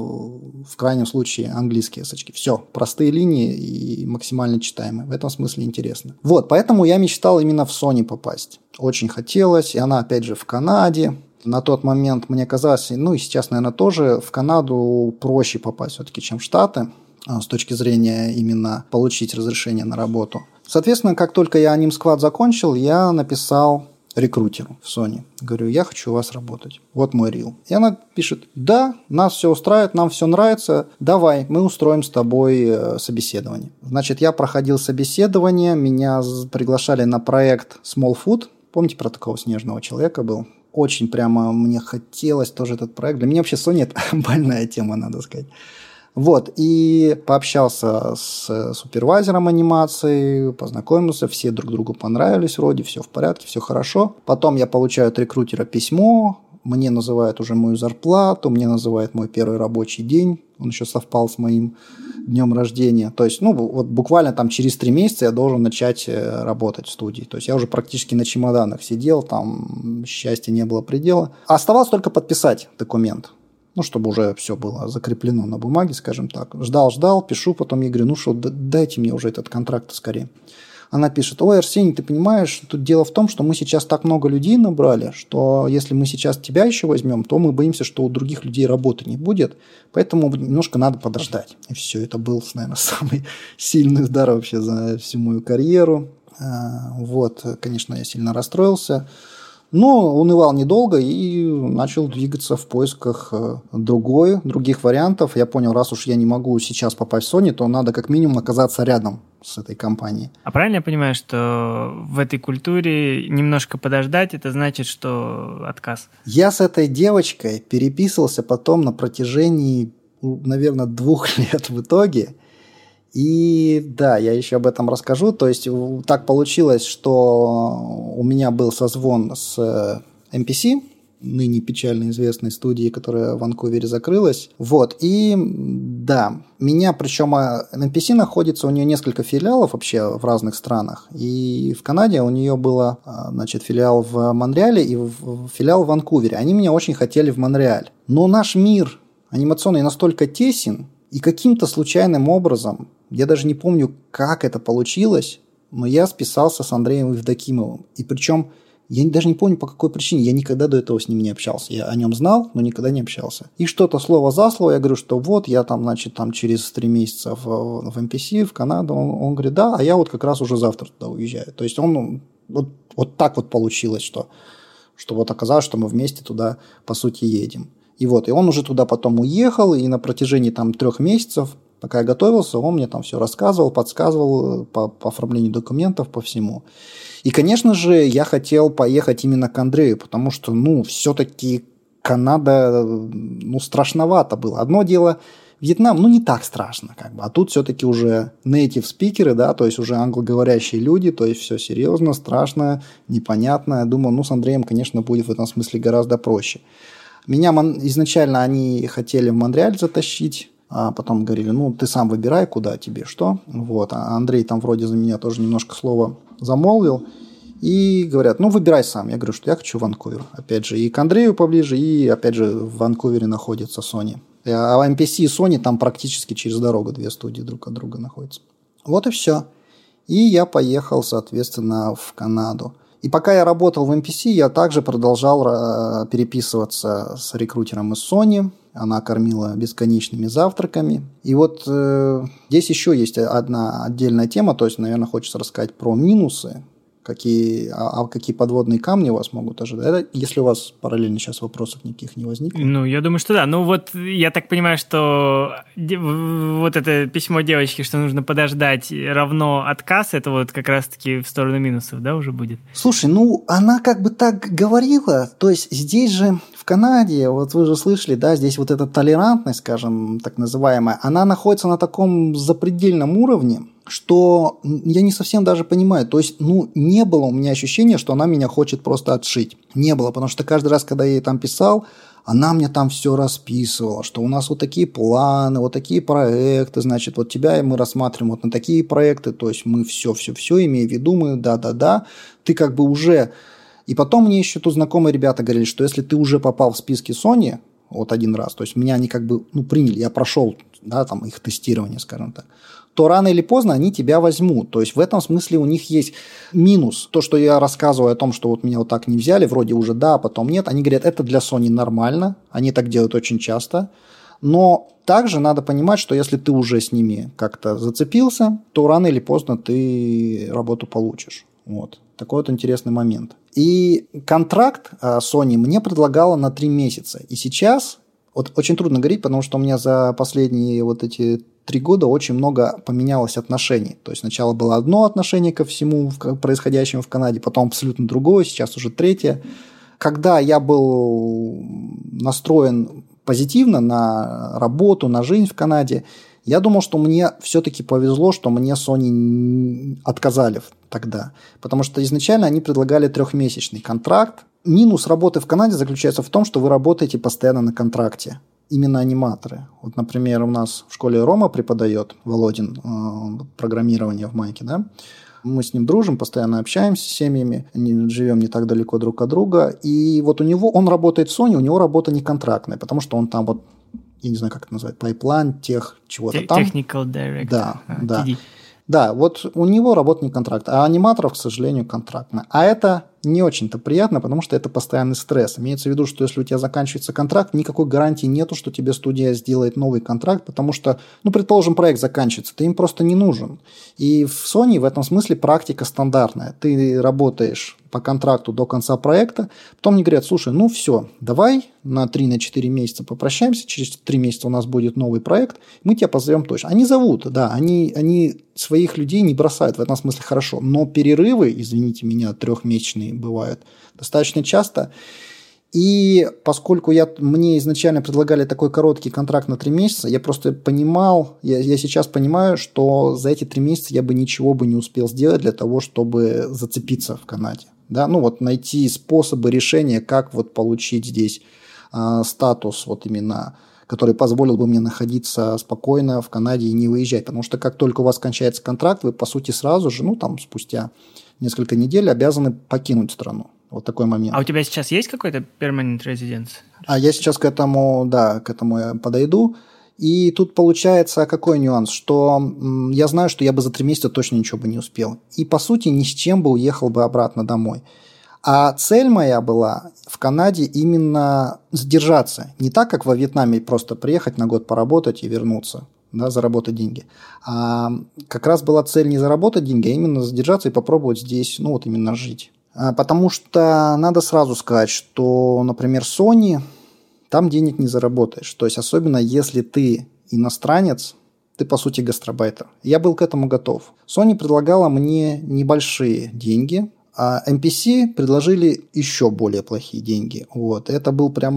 в крайнем случае английские эсочки. Все, простые линии и максимально читаемые. В этом смысле интересно. Вот, поэтому я мечтал именно в Sony попасть. Очень хотелось, и она опять же в Канаде. На тот момент мне казалось, ну и сейчас, наверное, тоже, в Канаду проще попасть все-таки, чем в Штаты, с точки зрения именно получить разрешение на работу. Соответственно, как только я анимсклад закончил, я написал рекрутеру в Sony. Говорю, я хочу у вас работать. Вот мой рил. И она пишет, да, нас все устраивает, нам все нравится, давай, мы устроим с тобой собеседование. Значит, я проходил собеседование, меня приглашали на проект Small Food. Помните, про такого снежного человека был? Очень прямо мне хотелось тоже этот проект. Для меня вообще Sony – это больная тема, надо сказать. Вот, и пообщался с супервайзером анимации, познакомился, все друг другу понравились вроде, все в порядке, все хорошо. Потом я получаю от рекрутера письмо, мне называют уже мою зарплату, мне называют мой первый рабочий день, он еще совпал с моим днем рождения. То есть, ну, вот буквально там через 3 месяца я должен начать работать в студии. То есть, я уже практически на чемоданах сидел, там счастья не было предела. Оставалось только подписать документ. Ну, чтобы уже все было закреплено на бумаге, скажем так. Ждал, пишу, потом я говорю, ну что, дайте мне уже этот контракт скорее. Она пишет, ой, Арсений, ты понимаешь, тут дело в том, что мы сейчас так много людей набрали, что если мы сейчас тебя еще возьмем, то мы боимся, что у других людей работы не будет, поэтому немножко надо подождать. И все, это был, наверное, самый сильный удар вообще за всю мою карьеру. Вот, конечно, я сильно расстроился. Но унывал недолго и начал двигаться в поисках других вариантов. Я понял, раз уж я не могу сейчас попасть в Sony, то надо как минимум оказаться рядом с этой компанией. А правильно я понимаю, что в этой культуре немножко подождать, это значит, что отказ? Я с этой девочкой переписывался потом на протяжении, наверное, 2 лет в итоге. И да, я еще об этом расскажу. То есть так получилось, что у меня был созвон с MPC, ныне печально известной студии, которая в Ванкувере закрылась. Вот, и да, меня, причем MPC находится, у нее несколько филиалов вообще в разных странах. И в Канаде у нее был, значит, филиал в Монреале и филиал в Ванкувере. Они меня очень хотели в Монреаль. Но наш мир анимационный настолько тесен, и каким-то случайным образом, я даже не помню, как это получилось, но я списался с Андреем Евдокимовым. И причем, я даже не помню, по какой причине, я никогда до этого с ним не общался. Я о нем знал, но никогда не общался. И что-то слово за слово, я говорю, что вот, я там, значит, там через 3 месяца в MPC, в Канаду. Он говорит, да, а я вот как раз уже завтра туда уезжаю. То есть он вот так вот получилось, что вот оказалось, что мы вместе туда, по сути, едем. И он уже туда потом уехал, и на протяжении там 3 месяцев, пока я готовился, он мне там все рассказывал, подсказывал по оформлению документов, по всему. И, конечно же, я хотел поехать именно к Андрею, потому что, все-таки Канада, страшновато было. Одно дело, Вьетнам, не так страшно, как бы, а тут все-таки уже native спикеры, да, то есть уже англоговорящие люди, то есть все серьезно, страшно, непонятно. Я думал, с Андреем, конечно, будет в этом смысле гораздо проще. Меня изначально они хотели в Монреаль затащить, а потом говорили, ты сам выбирай, куда тебе, что. Вот. А Андрей там вроде за меня тоже немножко слово замолвил. И говорят, выбирай сам. Я говорю, что я хочу Ванкувер. Опять же, и к Андрею поближе, и опять же в Ванкувере находится Sony. А MPC и Sony там практически через дорогу 2 студии друг от друга находятся. Вот и все. И я поехал, соответственно, в Канаду. И пока я работал в MPC, я также продолжал переписываться с рекрутером из Sony. Она кормила бесконечными завтраками. И вот здесь еще есть одна отдельная тема. То есть, наверное, хочется рассказать про минусы. Какие подводные камни у вас могут ожидать? Это, если у вас параллельно сейчас вопросов никаких не возникло. Я думаю, что да. Я так понимаю, что вот это письмо девочки, что нужно подождать, равно отказ, это вот как раз-таки в сторону минусов, да, уже будет? Слушай, она как бы так говорила. То есть здесь же в Канаде, вот вы же слышали, да, здесь вот эта толерантность, скажем, так называемая, она находится на таком запредельном уровне, что я не совсем даже понимаю. То есть, не было у меня ощущения, что она меня хочет просто отшить. Не было, потому что каждый раз, когда я ей там писал, она мне там все расписывала, что у нас вот такие планы, вот такие проекты, значит, вот тебя мы рассматриваем вот на такие проекты, то есть мы все имеем в виду, мы да-да-да, ты как бы уже... И потом мне еще тут знакомые ребята говорили, что если ты уже попал в списки Sony, вот один раз, то есть меня они как бы, приняли, я прошел, да, там их тестирование, скажем так, то рано или поздно они тебя возьмут. То есть в этом смысле у них есть минус. То, что я рассказываю о том, что вот меня вот так не взяли, вроде уже да, а потом нет. Они говорят, это для Sony нормально. Они так делают очень часто. Но также надо понимать, что если ты уже с ними как-то зацепился, то рано или поздно ты работу получишь. Вот. Такой вот интересный момент. И контракт Sony мне предлагала на 3 месяца. И сейчас, вот очень трудно говорить, потому что у меня за последние вот эти 3 года очень много поменялось отношений. То есть сначала было одно отношение ко всему происходящему в Канаде, потом абсолютно другое, сейчас уже третье. Когда я был настроен позитивно на работу, на жизнь в Канаде, я думал, что мне все-таки повезло, что мне Sony отказали тогда. Потому что изначально они предлагали 3-месячный контракт. Минус работы в Канаде заключается в том, что вы работаете постоянно на контракте. Именно аниматоры. Вот, например, у нас в школе Рома преподает, Володин, программирование в Майке, да? Мы с ним дружим, постоянно общаемся с семьями, живем не так далеко друг от друга. И вот у него, он работает в Sony, у него работа не контрактная, потому что он там вот, я не знаю, как это назвать, пайплайн, чего-то там. Technical Director. Да, да. TD. Да, вот у него работа не контракт, а аниматоров, к сожалению, контрактная. А это не очень-то приятно, потому что это постоянный стресс. Имеется в виду, что если у тебя заканчивается контракт, никакой гарантии нету, что тебе студия сделает новый контракт, потому что, предположим, проект заканчивается, ты им просто не нужен. И в Sony в этом смысле практика стандартная. Ты работаешь по контракту до конца проекта, потом мне говорят, слушай, все, давай на 3-4 месяца попрощаемся, через 3 месяца у нас будет новый проект, мы тебя позовем точно. Они зовут, да, они своих людей не бросают, в этом смысле хорошо, но перерывы, извините меня, 3-месячные бывают достаточно часто. И поскольку мне изначально предлагали такой короткий контракт на 3 месяца, я просто понимал, я сейчас понимаю, что за эти 3 месяца я бы ничего бы не успел сделать для того, чтобы зацепиться в Канаде. Да? Найти способы решения, как вот получить здесь статус вот именно, который позволил бы мне находиться спокойно в Канаде и не выезжать. Потому что как только у вас кончается контракт, вы, по сути, сразу же, спустя несколько недель обязаны покинуть страну. Вот такой момент. А у тебя сейчас есть какой-то permanent residence? Я сейчас к этому я подойду. И тут получается какой нюанс, что я знаю, что я бы за 3 месяца точно ничего бы не успел. И, по сути, ни с чем бы уехал бы обратно домой. А цель моя была в Канаде именно задержаться. Не так, как во Вьетнаме, просто приехать на год поработать и вернуться, да, заработать деньги. А как раз была цель не заработать деньги, а именно задержаться и попробовать здесь, именно жить. Потому что надо сразу сказать, что, например, Sony, там денег не заработаешь. То есть, особенно если ты иностранец, ты, по сути, гастарбайтер. Я был к этому готов. Sony предлагала мне небольшие деньги, а MPC предложили еще более плохие деньги. Вот. Это был прям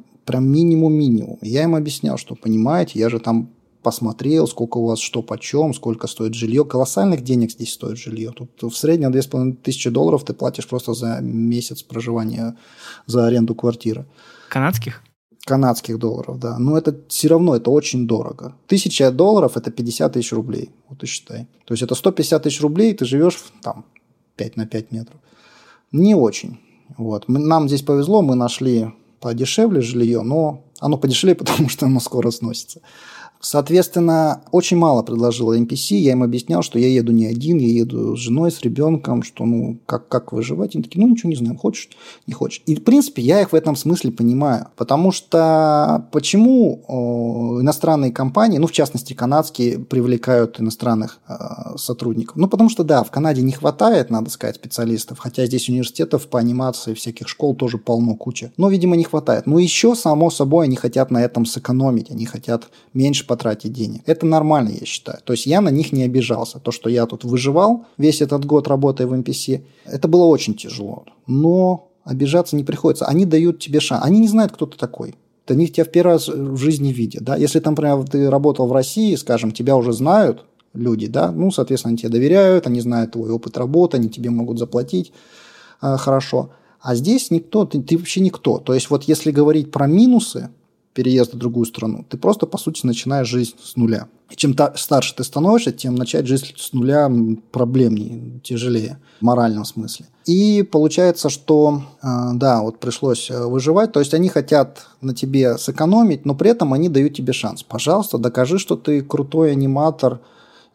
минимум. Я им объяснял, что, понимаете, я же там посмотрел, сколько у вас что почем, сколько стоит жилье. Колоссальных денег здесь стоит жилье. Тут в среднем $2500 ты платишь просто за месяц проживания, за аренду квартиры. Канадских? Канадских долларов, да. Но это все равно, это очень дорого. $1000 – это 50 000 рублей. Вот и считай. То есть это 150 000 рублей, ты живешь там 5 на 5 метров. Не очень. Вот. Нам здесь повезло, мы нашли подешевле жилье, но оно подешевле, потому что оно скоро сносится. Соответственно, очень мало предложила MPC. Я им объяснял, что я еду не один, я еду с женой, с ребенком, что как выживать. Они такие, ничего не знаем, хочешь, не хочешь. И, в принципе, я их в этом смысле понимаю. Потому что почему иностранные компании, в частности, канадские, привлекают иностранных сотрудников? Потому что, да, в Канаде не хватает, надо сказать, специалистов, хотя здесь университетов по анимации, всяких школ тоже полно, куча. Но, видимо, не хватает. Но еще, само собой, они хотят на этом сэкономить, они хотят меньше потратить денег. Это нормально, я считаю. То есть я на них не обижался. То, что я тут выживал весь этот год, работая в MPC, это было очень тяжело. Но обижаться не приходится. Они дают тебе шанс. Они не знают, кто ты такой. Они тебя в первый раз в жизни видят. Да? Если, например, ты работал в России, скажем, тебя уже знают люди, да, соответственно, они тебе доверяют, они знают твой опыт работы, они тебе могут заплатить хорошо. А здесь никто, ты вообще никто. То есть вот если говорить про минусы переезда в другую страну, ты просто, по сути, начинаешь жизнь с нуля. И чем старше ты становишься, тем начать жизнь с нуля проблемнее, тяжелее в моральном смысле. И получается, что, пришлось выживать. То есть они хотят на тебе сэкономить, но при этом они дают тебе шанс. Пожалуйста, докажи, что ты крутой аниматор,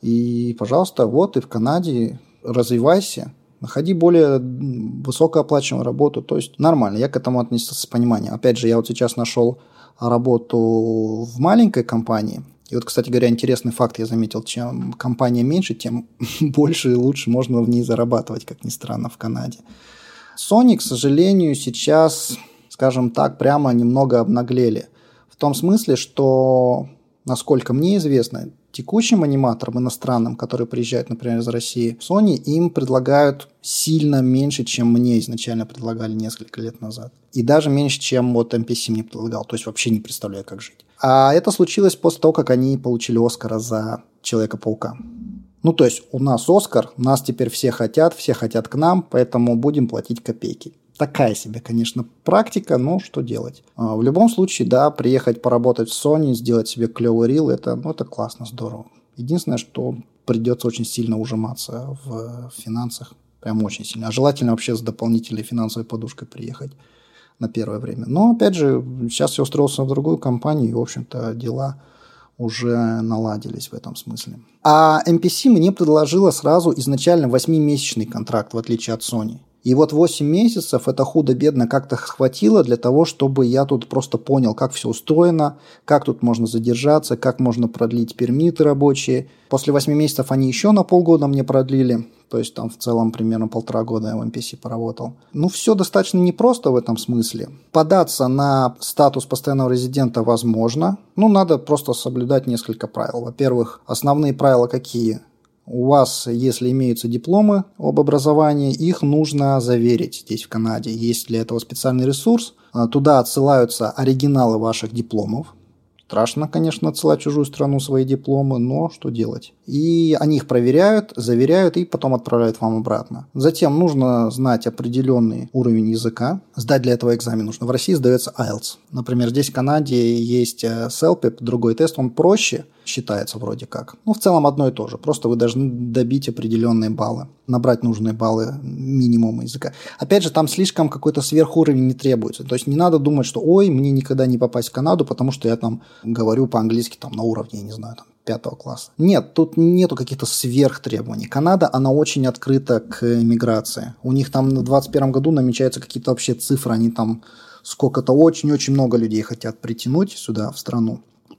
И, пожалуйста, вот и в Канаде развивайся, находи более высокооплачиваемую работу. То есть нормально, я к этому отнесся с пониманием. Опять же, я вот сейчас нашел работу в маленькой компании. И вот, кстати говоря, интересный факт я заметил, чем компания меньше, тем больше и лучше можно в ней зарабатывать, как ни странно, в Канаде. Sony, к сожалению, сейчас, скажем так, прямо немного обнаглели. В том смысле, что, насколько мне известно, текущим аниматорам иностранным, которые приезжают, например, из России, Sony им предлагают сильно меньше, чем мне изначально предлагали несколько лет назад. И даже меньше, чем вот MPC мне предлагал. То есть вообще не представляю, как жить. А это случилось после того, как они получили Оскара за Человека-паука. Ну, то есть у нас Оскар, нас теперь все хотят к нам, поэтому будем платить копейки. Такая себе, конечно, практика, но что делать? В любом случае, да, приехать поработать в Sony, сделать себе клевый рил, это классно, здорово. Единственное, что придется очень сильно ужиматься в финансах, прям очень сильно. А желательно вообще с дополнительной финансовой подушкой приехать на первое время. Но, опять же, сейчас я устроился в другую компанию, и, в общем-то, дела уже наладились в этом смысле. А MPC мне предложила сразу изначально 8-месячный контракт, в отличие от Sony. И вот 8 месяцев это худо-бедно как-то хватило для того, чтобы я тут просто понял, как все устроено, как тут можно задержаться, как можно продлить пермиты рабочие. После 8 месяцев они еще на полгода мне продлили. То есть там в целом примерно 1,5 года я в MPC поработал. Ну, все достаточно непросто в этом смысле. Податься на статус постоянного резидента возможно. Ну, надо просто соблюдать несколько правил. Во-первых, основные правила какие? У вас, если имеются дипломы об образовании, их нужно заверить здесь, в Канаде. Есть для этого специальный ресурс. Туда отсылаются оригиналы ваших дипломов. Страшно, конечно, отсылать в чужую страну свои дипломы, но что делать? И они их проверяют, заверяют и потом отправляют вам обратно. Затем нужно знать определенный уровень языка. Сдать для этого экзамен нужно. В России сдается IELTS. Например, здесь в Канаде есть CELPIP, другой тест, он проще считается вроде как. Ну, в целом одно и то же. Просто вы должны добить определенные баллы, набрать нужные баллы минимума языка. Опять же, там слишком какой-то сверхуровень не требуется. То есть не надо думать, что ой, мне никогда не попасть в Канаду, потому что я там говорю по-английски там, на уровне, я не знаю, там, 5 класса. Нет, тут нету каких-то сверхтребований. Канада, она очень открыта к миграции. У них там в 2021 году намечаются какие-то вообще цифры, они там сколько-то очень-очень много людей хотят притянуть сюда, в страну.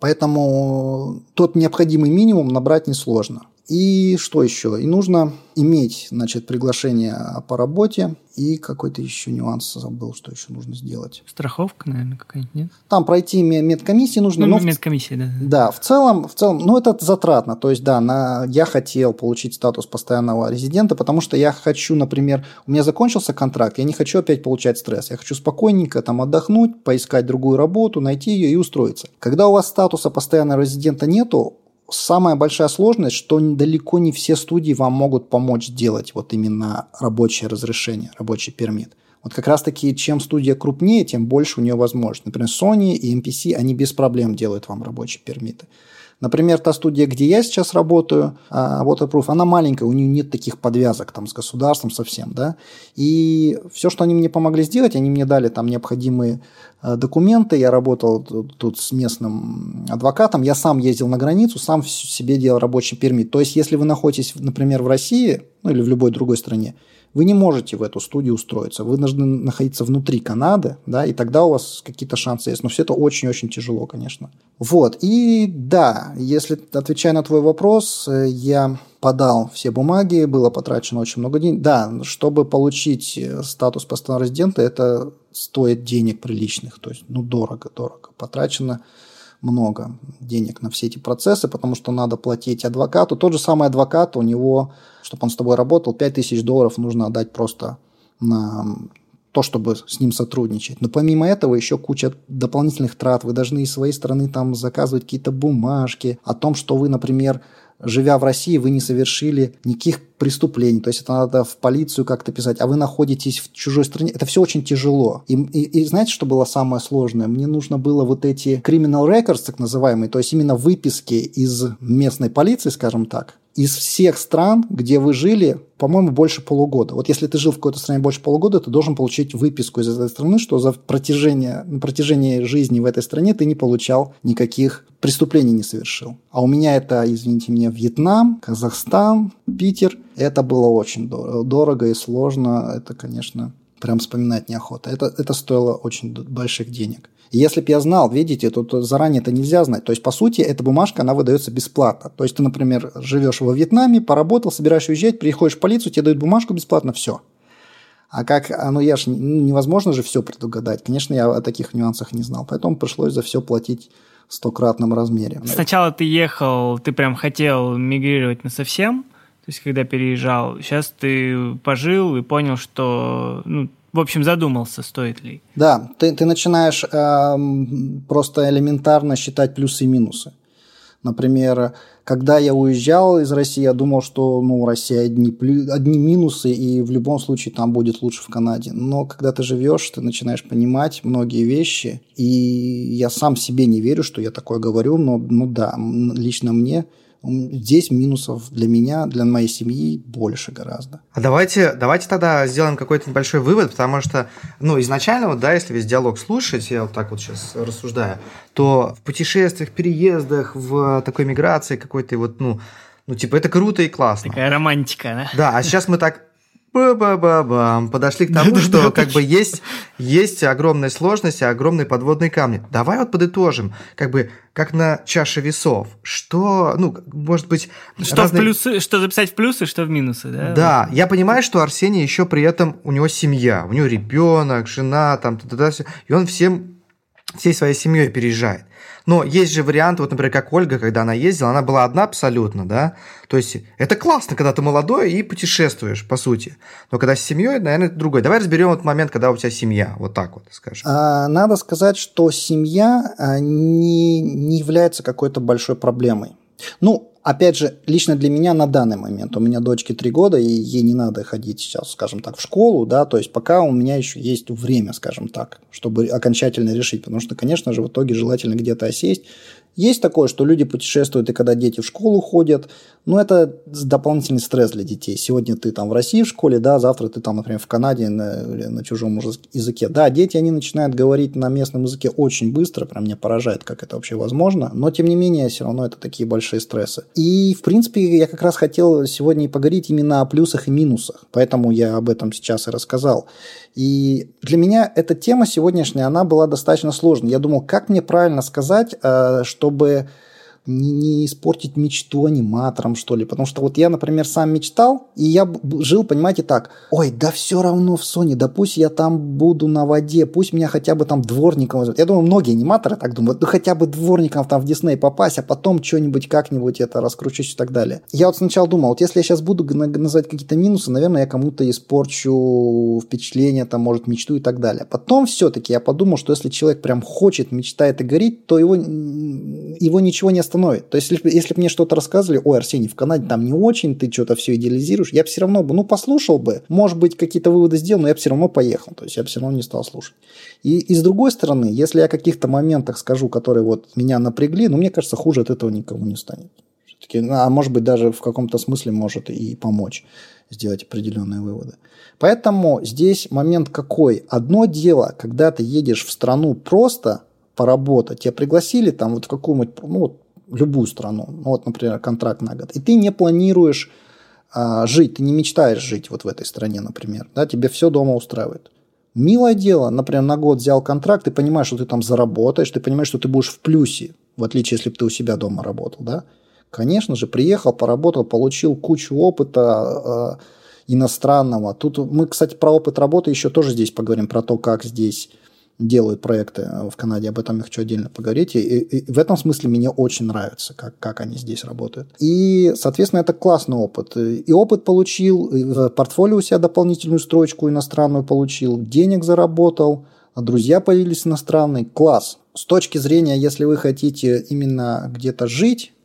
Поэтому тот необходимый минимум набрать несложно. И что еще? И нужно иметь, значит, приглашение по работе и какой-то еще нюанс забыл, что еще нужно сделать. Страховка, наверное, какая-нибудь, нет? Там пройти медкомиссии нужно. Ну, медкомиссии, да. Да, в целом, ну, это затратно. То есть, да, я хотел получить статус постоянного резидента, потому что я хочу, например, у меня закончился контракт, я не хочу опять получать стресс. Я хочу спокойненько там отдохнуть, поискать другую работу, найти ее и устроиться. Когда у вас статуса постоянного резидента нету, самая большая сложность, что далеко не все студии вам могут помочь сделать вот именно рабочее разрешение, рабочий пермит. Вот как раз-таки, чем студия крупнее, тем больше у нее возможностей. Например, Sony и MPC, они без проблем делают вам рабочие пермиты. Например, та студия, где я сейчас работаю, Waterproof, она маленькая, у нее нет таких подвязок там, с государством совсем, да, и все, что они мне помогли сделать, они мне дали там необходимые документы, я работал тут с местным адвокатом, я сам ездил на границу, сам себе делал рабочий пермит. То есть, если вы находитесь, например, в России, ну или в любой другой стране, вы не можете в эту студию устроиться, вы должны находиться внутри Канады, да, и тогда у вас какие-то шансы есть. Но все это очень-очень тяжело, конечно. Вот, и да, если, отвечая на твой вопрос, я подал все бумаги, было потрачено очень много денег. Да, чтобы получить статус постоянного резидента, это стоит денег приличных, то есть, ну, дорого. Потрачено много денег на все эти процессы, потому что надо платить адвокату. Тот же самый адвокат, у него, чтобы он с тобой работал, $5000 нужно отдать просто на то, чтобы с ним сотрудничать. Но помимо этого еще куча дополнительных трат. Вы должны из своей стороны там заказывать какие-то бумажки о том, что вы, например, живя в России, вы не совершили никаких преступлений. То есть это надо в полицию как-то писать, а вы находитесь в чужой стране. Это все очень тяжело. И знаете, что было самое сложное? Мне нужно было вот эти criminal records, так называемые, то есть именно выписки из местной полиции, скажем так, из всех стран, где вы жили, по-моему, больше полугода. Вот если ты жил в какой-то стране больше полугода, ты должен получить выписку из этой страны, что на протяжении жизни в этой стране ты не получал никаких преступлений, не совершил. А у меня это, извините меня, Вьетнам, Казахстан, Питер. Это было очень дорого и сложно. Это, конечно, прям вспоминать неохота. Это стоило очень больших денег. И если бы я знал, видите, тут заранее это нельзя знать. То есть, по сути, эта бумажка, она выдается бесплатно. То есть, ты, например, живешь во Вьетнаме, поработал, собираешься уезжать, приходишь в полицию, тебе дают бумажку бесплатно, все. А как, невозможно же все предугадать. Конечно, я о таких нюансах не знал, поэтому пришлось за все платить в 100-кратном размере. Сначала ты ехал, ты прям хотел мигрировать насовсем, то есть, когда переезжал. Сейчас ты пожил и понял, что... в общем, задумался, стоит ли. Да, ты начинаешь просто элементарно считать плюсы и минусы. Например, когда я уезжал из России, я думал, что Россия одни минусы, и в любом случае там будет лучше в Канаде. Но когда ты живешь, ты начинаешь понимать многие вещи, и я сам себе не верю, что я такое говорю, но да, лично мне здесь минусов для меня, для моей семьи больше гораздо. А давайте тогда сделаем какой-то небольшой вывод, потому что, изначально, если весь диалог слушать, я вот так вот сейчас рассуждаю, то в путешествиях, переездах, в такой миграции какой-то это круто и классно. Такая романтика, да? Да, а сейчас мы так подошли к тому, что есть огромная сложность и огромные подводные камни. Давай вот подытожим, как на чаше весов. Что, может быть... Что записать в плюсы, что в минусы, да? Да, я понимаю, что Арсений еще при этом, у него семья, у него ребенок, жена, и он всей своей семьей переезжает. Но есть же вариант, например, как Ольга, когда она ездила, она была одна абсолютно, да, то есть это классно, когда ты молодой и путешествуешь, по сути, но когда с семьей, наверное, это другое. Давай разберем этот момент, когда у тебя семья, вот так вот, скажем. Надо сказать, что семья не является какой-то большой проблемой. Опять же, лично для меня на данный момент, у меня дочке 3 года, и ей не надо ходить сейчас, скажем так, в школу, да, то есть пока у меня еще есть время, скажем так, чтобы окончательно решить, потому что, конечно же, в итоге желательно где-то осесть. Есть такое, что люди путешествуют, и когда дети в школу ходят, это дополнительный стресс для детей. Сегодня ты там в России в школе, да, завтра ты там, например, в Канаде на чужом языке. Да, дети, они начинают говорить на местном языке очень быстро, прям меня поражает, как это вообще возможно, но тем не менее, все равно это такие большие стрессы. И, в принципе, я как раз хотел сегодня и поговорить именно о плюсах и минусах, поэтому я об этом сейчас и рассказал. И для меня эта тема сегодняшняя, она была достаточно сложной. Я думал, как мне правильно сказать, чтобы не испортить мечту аниматорам, что ли. Потому что я, например, сам мечтал, и я жил, понимаете, так. Ой, да все равно в Sony, да пусть я там буду на воде, пусть меня хотя бы там дворником возьмут. Я думаю, многие аниматоры так думают, хотя бы дворником там в Disney попасть, а потом что-нибудь как-нибудь это раскручусь и так далее. Я сначала думал, если я сейчас буду называть какие-то минусы, наверное, я кому-то испорчу впечатление, там, может, мечту и так далее. Потом все-таки я подумал, что если человек прям хочет, мечтает и горит, то его ничего не остановит. То есть, если бы мне что-то рассказывали, ой, Арсений, в Канаде там не очень, ты что-то все идеализируешь, я бы все равно послушал бы, может быть, какие-то выводы сделал, но я бы все равно поехал, то есть я бы все равно не стал слушать. И с другой стороны, если я о каких-то моментах скажу, которые меня напрягли, мне кажется, хуже от этого никому не станет. А может быть, даже в каком-то смысле может и помочь сделать определенные выводы. Поэтому здесь момент какой? Одно дело, когда ты едешь в страну просто поработать, тебя пригласили там в какую-нибудь, любую страну, например, контракт на год, и ты не планируешь жить, ты не мечтаешь жить в этой стране, например, да, тебе все дома устраивает. Милое дело, например, на год взял контракт, ты понимаешь, что ты там заработаешь, ты понимаешь, что ты будешь в плюсе, в отличие, если бы ты у себя дома работал, да. Конечно же, приехал, поработал, получил кучу опыта иностранного. Тут мы, кстати, про опыт работы еще тоже здесь поговорим, про то, как здесь делают проекты в Канаде, об этом я хочу отдельно поговорить. И в этом смысле мне очень нравится, как они здесь работают. И, соответственно, это классный опыт. И опыт получил, и в портфолио у себя дополнительную строчку иностранную получил, денег заработал, друзья появились иностранные. Класс. С точки зрения, если вы хотите именно где-то жить,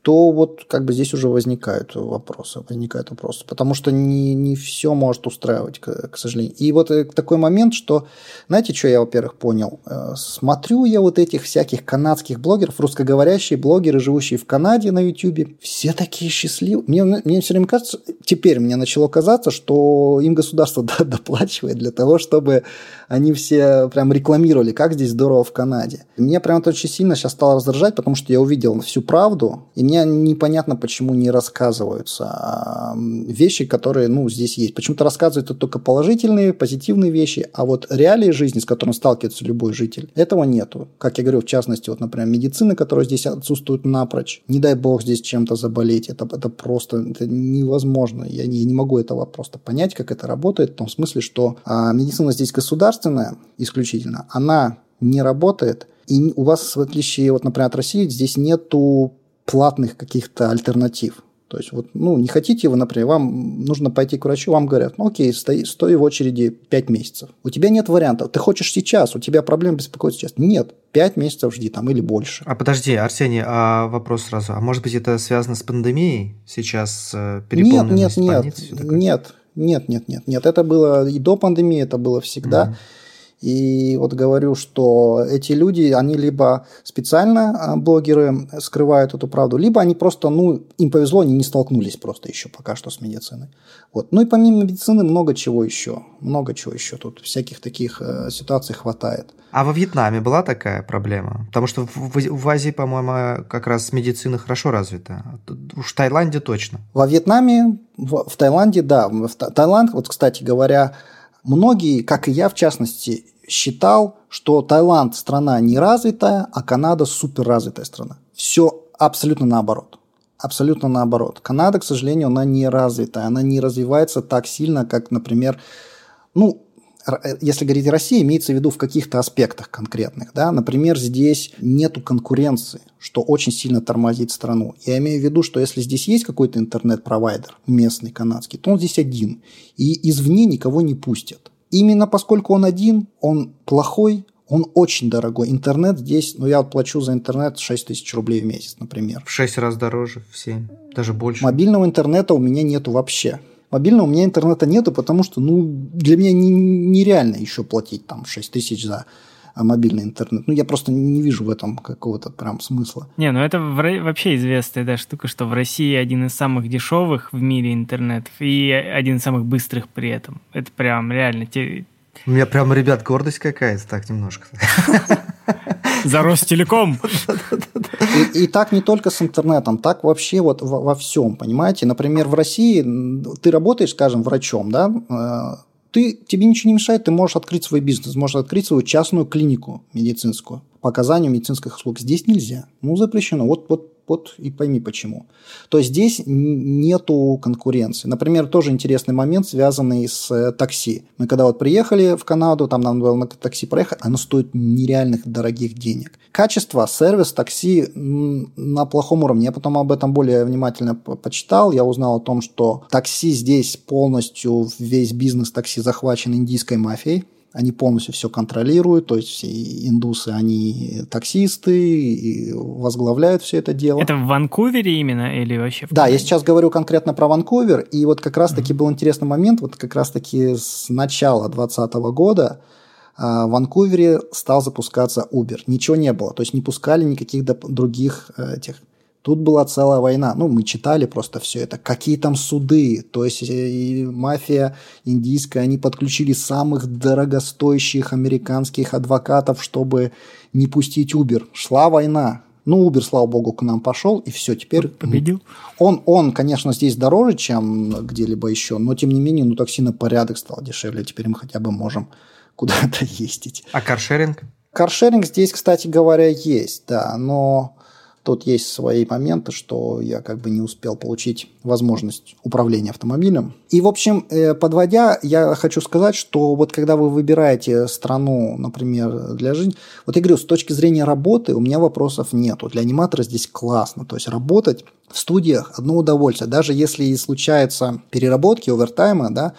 то вот как бы здесь уже возникают вопросы. Потому что не все может устраивать, к сожалению. И вот такой момент, что, знаете, что я, во-первых, понял? Смотрю я вот этих всяких канадских блогеров, русскоговорящие блогеры, живущие в Канаде на YouTube, все такие счастливые. Мне все время кажется, теперь мне начало казаться, что им государство доплачивает для того, чтобы они все прям рекламировали, как здесь здорово в Канаде. Меня прям это очень сильно сейчас стало раздражать, потому что я увидел всю правду, и мне непонятно, почему не рассказываются вещи, которые, здесь есть. Почему-то рассказывают только положительные, позитивные вещи, а вот реалии жизни, с которыми сталкивается любой житель, этого нету. Как я говорю, в частности, вот, например, медицина, которая здесь отсутствует напрочь. Не дай бог здесь чем-то заболеть. Это просто невозможно. Я не могу этого просто понять, как это работает, в том смысле, что медицина здесь государственная исключительно, она не работает, и у вас, в отличие, вот, например, от России, здесь нету платных каких-то альтернатив. То есть, вот, не хотите вы, например, вам нужно пойти к врачу, вам говорят, окей, стой в очереди 5 месяцев. У тебя нет вариантов. Ты хочешь сейчас, у тебя проблемы беспокоят сейчас. Нет, 5 месяцев жди там или больше. А подожди, Арсений, вопрос сразу. А может быть, это связано с пандемией? Сейчас переполненность больниц? Нет. Это было и до пандемии, это было всегда. И вот говорю, что эти люди, они либо специально, блогеры, скрывают эту правду, либо они просто, им повезло, они не столкнулись просто еще пока что с медициной. Вот. И помимо медицины много чего еще. Тут всяких таких ситуаций хватает. А во Вьетнаме была такая проблема? Потому что в Азии, по-моему, как раз медицина хорошо развита. Уж в Таиланде точно. Во Вьетнаме, в Таиланде, да. Таиланд, вот, кстати говоря, многие, как и я в частности, считал, что Таиланд страна неразвитая, а Канада суперразвитая страна. Все абсолютно наоборот. Абсолютно наоборот. Канада, к сожалению, она не развитая. Она не развивается так сильно, как, например, если говорить о России, имеется в виду в каких-то аспектах конкретных. Да? Например, здесь нету конкуренции, что очень сильно тормозит страну. Я имею в виду, что если здесь есть какой-то интернет-провайдер местный, канадский, то он здесь один. И извне никого не пустят. Именно поскольку он один, он плохой, он очень дорогой. Интернет здесь, я плачу за интернет 6 тысяч рублей в месяц, например. В 6 раз дороже, в 7, даже больше. Мобильного интернета у меня нету вообще. Мобильного у меня интернета нету, потому что для меня нереально еще платить 6 тысяч за мобильный интернет. Я просто не вижу в этом какого-то прям смысла. Это вообще известная штука, что в России один из самых дешевых в мире интернетов и один из самых быстрых при этом. Это прям реально... У меня прям, ребят, гордость какая-то, так немножко. За Ростелеком. И так не только с интернетом, так вообще вот во всем, понимаете? Например, в России ты работаешь, скажем, врачом, да, тебе ничего не мешает, ты можешь открыть свой бизнес, можешь открыть свою частную клинику медицинскую по оказанию медицинских услуг. Здесь нельзя. Запрещено. Вот и пойми почему. То есть здесь нету конкуренции. Например, тоже интересный момент, связанный с такси. Мы когда приехали в Канаду, там нам было на такси проехать, оно стоит нереальных дорогих денег. Качество, сервис такси на плохом уровне. Я потом об этом более внимательно почитал. Я узнал о том, что такси здесь полностью, весь бизнес такси захвачен индийской мафией. Они полностью все контролируют, то есть все индусы, они таксисты, и возглавляют все это дело. Это в Ванкувере именно или вообще? Да, я сейчас говорю конкретно про Ванкувер, и вот как раз-таки был интересный момент, вот как раз-таки с начала 2020 года в Ванкувере стал запускаться Uber. Ничего не было, то есть не пускали никаких других этих. Тут была целая война. Мы читали просто все это. Какие там суды. То есть и мафия индийская, они подключили самых дорогостоящих американских адвокатов, чтобы не пустить Uber. Шла война. Uber, слава богу, к нам пошел, и все, теперь... Победил? Он, конечно, здесь дороже, чем где-либо еще, но, тем не менее, такси на порядок стал дешевле. Теперь мы хотя бы можем куда-то ездить. А каршеринг? Каршеринг здесь, кстати говоря, есть, да, но... Тут есть свои моменты, что я не успел получить возможность управления автомобилем. И, в общем, подводя, я хочу сказать, что вот когда вы выбираете страну, например, для жизни, вот я говорю, с точки зрения работы у меня вопросов нету. Для аниматора здесь классно. То есть работать в студиях одно удовольствие. Даже если и случаются переработки, овертаймы, да,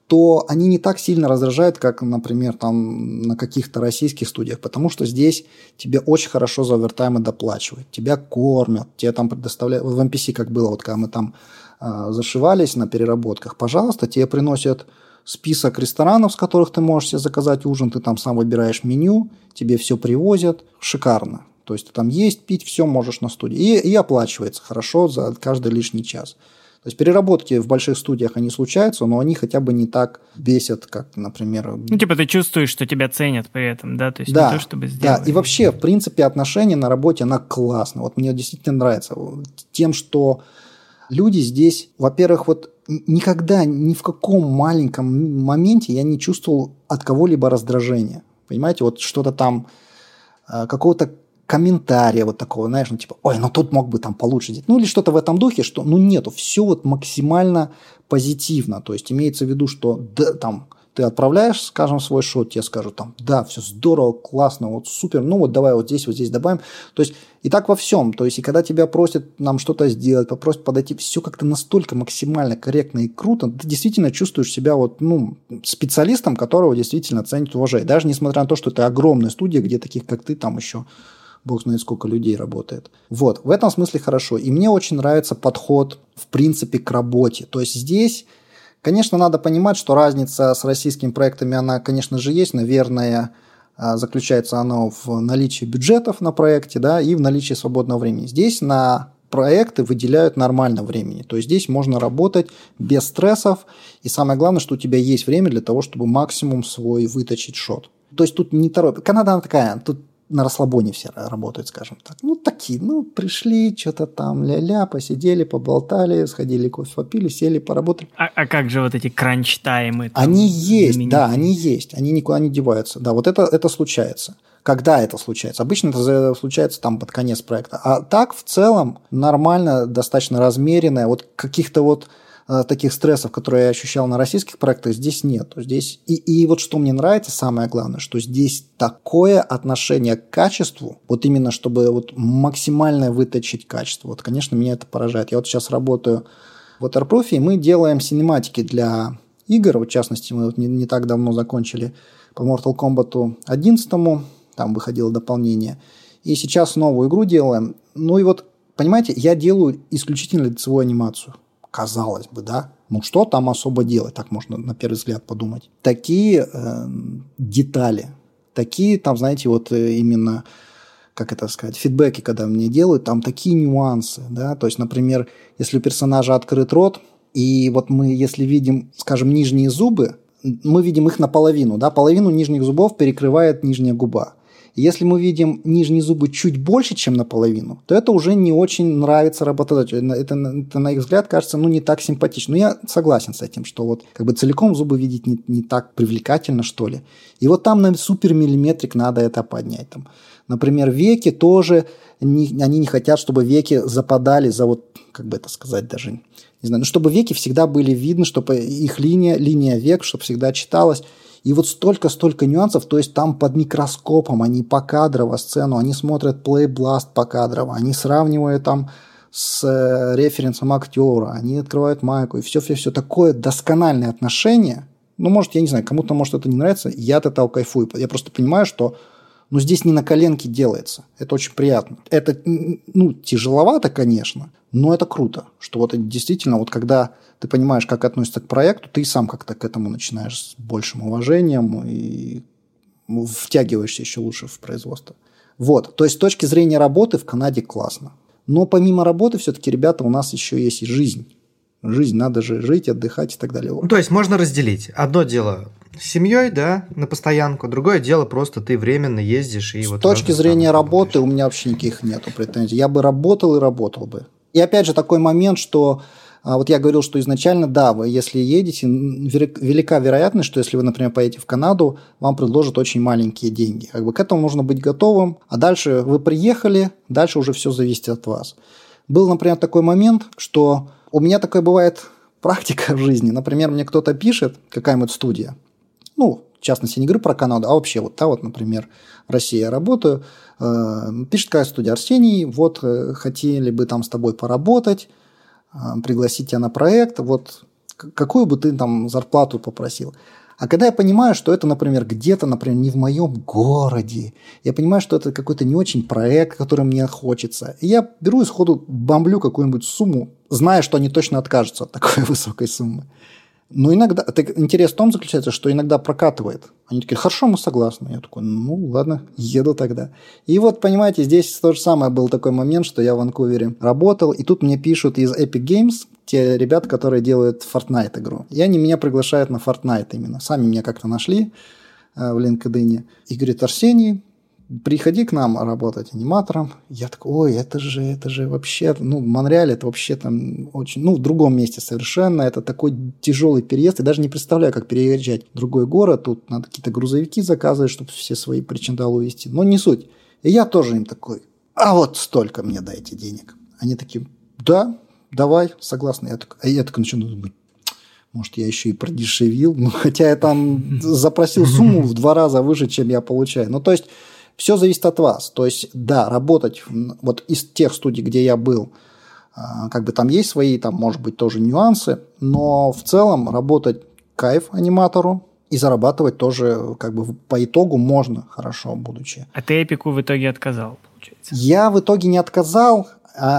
то они не так сильно раздражают, как, например, там на каких-то российских студиях, потому что здесь тебе очень хорошо за овертаймы доплачивают, тебя кормят, тебе там предоставляют, в MPC как было, вот когда мы там зашивались на переработках, пожалуйста, тебе приносят список ресторанов, с которых ты можешь себе заказать ужин, ты там сам выбираешь меню, тебе все привозят, шикарно. То есть ты там есть, пить, все можешь на студии. И оплачивается хорошо за каждый лишний час. То есть переработки в больших студиях, они случаются, но они хотя бы не так бесят, как, например... Ну, типа ты чувствуешь, что тебя ценят при этом, да? То есть да, не то, чтобы сделать. Да, и вообще, в принципе, отношения на работе, она классная. Вот мне действительно нравится тем, что люди здесь, во-первых, вот никогда, ни в каком маленьком моменте я не чувствовал от кого-либо раздражения. Понимаете, вот что-то там, какого-то комментария вот такого, знаешь, ну типа, ой, ну тут мог бы там получше сделать. Ну или что-то в этом духе, что, ну нету, все вот максимально позитивно. То есть имеется в виду, что да, там ты отправляешь, скажем, свой шот, тебе скажут там, да, все здорово, классно, вот супер, ну вот давай вот здесь добавим. То есть и так во всем. То есть и когда тебя просят нам что-то сделать, попросят подойти, все как-то настолько максимально корректно и круто, ты действительно чувствуешь себя вот, ну, специалистом, которого действительно ценят, уважают. Даже несмотря на то, что это огромная студия, где таких, как ты, там еще бог знает сколько людей работает. Вот, в этом смысле хорошо. И мне очень нравится подход, в принципе, к работе. То есть здесь, конечно, надо понимать, что разница с российскими проектами, она, конечно же, есть. Наверное, заключается она в наличии бюджетов на проекте, да, и в наличии свободного времени. Здесь на проекты выделяют нормально времени. То есть здесь можно работать без стрессов. И самое главное, что у тебя есть время для того, чтобы максимум свой выточить шот. То есть тут не торопят. Канада она такая, тут на расслабоне все работают, скажем так. Ну, такие, ну, пришли, что-то там ля-ля, посидели, поболтали, сходили кофе попили, сели, поработали. А как же вот эти кранч-таймы? Они есть, да, они есть, они никуда не деваются. Да, вот это случается. Когда это случается? Обычно это случается там под конец проекта. А так, в целом, нормально, достаточно размеренное. Вот каких-то вот таких стрессов, которые я ощущал на российских проектах, здесь нет. Здесь... И вот что мне нравится, самое главное, что здесь такое отношение к качеству, вот именно чтобы вот максимально выточить качество. Вот, конечно, меня это поражает. Я вот сейчас работаю в Waterproof, и мы делаем синематики для игр. Вот, в частности, мы вот не так давно закончили по Mortal Kombat 11, там выходило дополнение. И сейчас новую игру делаем. Ну и вот, понимаете, я делаю исключительно лицевую анимацию. Казалось бы, да? Ну, что там особо делать? Так можно на первый взгляд подумать. Такие детали, такие там, знаете, вот именно, как это сказать, фидбэки, когда мне делают, там такие нюансы, да? То есть, например, если у персонажа открыт рот, и вот мы, если видим, скажем, нижние зубы, мы видим их наполовину, да? Половину нижних зубов перекрывает нижняя губа. Если мы видим нижние зубы чуть больше, чем наполовину, то это уже не очень нравится работодателю. Это на их взгляд, кажется, ну, не так симпатично. Но я согласен с этим, что вот как бы целиком зубы видеть не так привлекательно, что ли. И вот там на супермиллиметрик надо это поднять. Там. Например, веки тоже, они не хотят, чтобы веки западали за вот, как бы это сказать даже, не знаю, ну, чтобы веки всегда были видны, чтобы их линия век, чтобы всегда читалась. И вот столько нюансов, то есть там под микроскопом, они покадрово сцену, они смотрят плейбласт покадрово, они сравнивают там с референсом актера, они открывают майку, и все такое доскональное отношение. Ну, может, я не знаю, кому-то, может, это не нравится, я от этого кайфую. Я просто понимаю, что ну, здесь не на коленке делается. Это очень приятно. Это, ну, тяжеловато, конечно, но это круто, что вот действительно, вот когда ты понимаешь, как относится к проекту, ты сам как-то к этому начинаешь с большим уважением и втягиваешься еще лучше в производство. Вот, то есть с точки зрения работы в Канаде классно. Но помимо работы все-таки, ребята, у нас еще есть и жизнь. Жизнь, надо же жить, отдыхать и так далее. Ну, то есть можно разделить. Одно дело с семьей, да, на постоянку, другое дело просто ты временно ездишь и с вот... С точки зрения работы у меня вообще никаких нету претензий. Я бы работал и работал бы. И опять же такой момент, что вот я говорил, что изначально, да, вы если едете, велика вероятность, что если вы, например, поедете в Канаду, вам предложат очень маленькие деньги. Как бы к этому нужно быть готовым, а дальше вы приехали, дальше уже все зависит от вас. Был, например, такой момент, что у меня такая бывает практика в жизни. Например, мне кто-то пишет, какая-нибудь студия, ну, в частности, не говорю про Канаду, а вообще вот, да, вот, например, в России я работаю, пишет какая студия: Арсений, вот хотели бы там с тобой поработать, пригласить тебя на проект, вот какую бы ты там зарплату попросил. А когда я понимаю, что это, например, где-то, например, не в моем городе, я понимаю, что это какой-то не очень проект, который мне хочется, и я беру и сходу бомблю какую-нибудь сумму, зная, что они точно откажутся от такой высокой суммы. Но иногда, интерес в том заключается, что иногда прокатывает. Они такие, хорошо, мы согласны. Я такой, ну ладно, еду тогда. И вот, понимаете, здесь то же самое был такой момент, что я в Ванкувере работал, и тут мне пишут из Epic Games, те ребята, которые делают Fortnite игру. И они меня приглашают на Fortnite именно. Сами меня как-то нашли в LinkedIn. И говорит, Арсений, приходи к нам работать аниматором. Я такой, ой, это же вообще, в Монреале это вообще там очень, в другом месте совершенно, это такой тяжелый переезд, я даже не представляю, как переезжать в другой город, тут надо какие-то грузовики заказывать, чтобы все свои причиндалы увезти, но не суть. И я тоже им такой, а вот столько мне дайте денег. Они такие, да, давай, согласны. Я такой начинаю думать, может, я еще и продешевил, хотя я там запросил сумму в 2 раза выше, чем я получаю. То есть, все зависит от вас. То есть, да, работать вот из тех студий, где я был, как бы там есть свои, там, может быть, тоже нюансы, но в целом работать кайф аниматору и зарабатывать тоже как бы по итогу можно хорошо, будучи. А ты Эпику в итоге отказал, получается? Я в итоге не отказал.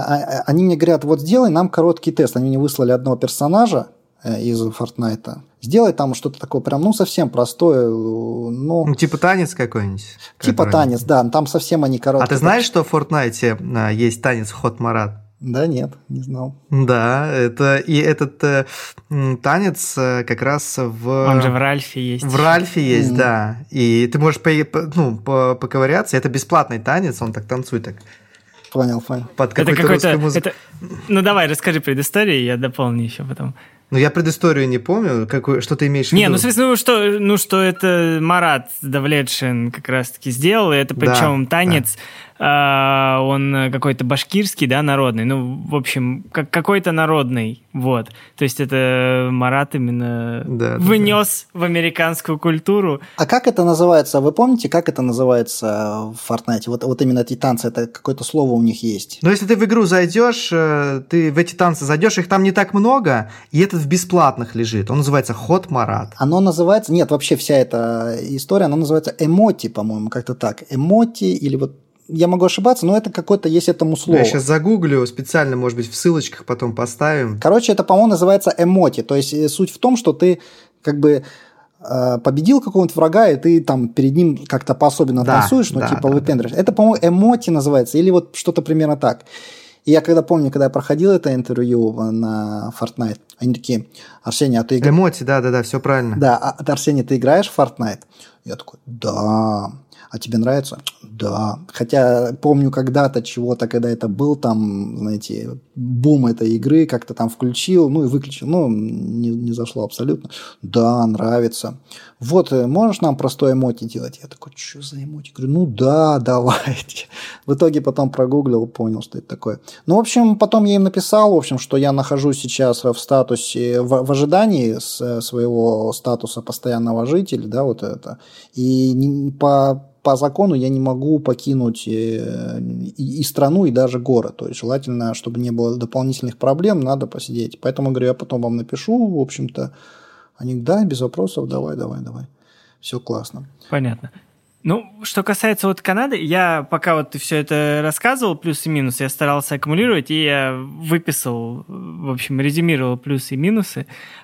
Они мне говорят, вот сделай нам короткий тест. Они мне выслали одного персонажа из Fortnite. Сделай там что-то такое прям, совсем простое. Типа танец какой-нибудь? Типа танец, да. Там совсем они короткие. А ты знаешь, что в Fortnite есть танец Hot Marat? Да, нет, не знал. Да, этот танец как раз Он же в Ральфе есть. В Ральфе есть, да. И ты можешь поковыряться. Это бесплатный танец, он так танцует так. Понял. Под какую-то русскую музыку. Давай, расскажи предысторию, я дополню еще потом. Я предысторию не помню, что ты имеешь в виду? Не, в смысле, что это Марат Давлетшин как раз-таки сделал, и это причем танец, он какой-то башкирский, да, народный, в общем, какой-то народный, вот. То есть это Марат именно внес в американскую культуру. А как это называется? Вы помните, как это называется в Fortnite? Вот именно эти танцы, это какое-то слово у них есть. Если ты в игру зайдешь, ты в эти танцы зайдешь, их там не так много, и этот в бесплатных лежит. Он называется Hot Marat. Оно называется... Нет, вообще вся эта история, она называется эмоти, по-моему, как-то так. Эмоти или вот... Я могу ошибаться, но это какое-то есть этому слово. Я сейчас загуглю, специально, может быть, в ссылочках потом поставим. Короче, это, по-моему, называется эмоти. То есть суть в том, что ты как бы победил какого-нибудь врага, и ты там перед ним как-то по-особенно танцуешь, выпендриваешь. Это, по-моему, эмоти называется, или вот что-то примерно так. И я помню, когда я проходил это интервью на Fortnite, они такие, Арсений, а ты играешь? Эмоти, да, все правильно. Да, Арсений, ты играешь в Fortnite? Я такой, да. А тебе нравится? Да. Хотя помню когда-то чего-то, когда это был там, знаете, бум этой игры, как-то там включил, и выключил. Не зашло абсолютно. Да, нравится. Вот, можешь нам простой эмоти делать? Я такой, что за эмоти? Говорю, да, давайте. В итоге потом прогуглил, понял, что это такое. В общем, потом я им написал, что я нахожусь сейчас в статусе, в ожидании своего статуса постоянного жителя, да, вот это. И по закону я не могу покинуть и страну, и даже город. То есть желательно, чтобы не было дополнительных проблем, надо посидеть. Поэтому, говорю, я потом вам напишу, в общем-то. Они, да, без вопросов, давай. Все классно. Понятно. Что касается Канады, я пока ты все это рассказывал, плюсы и минусы, я старался аккумулировать, и я выписал, в общем, резюмировал плюсы и минусы.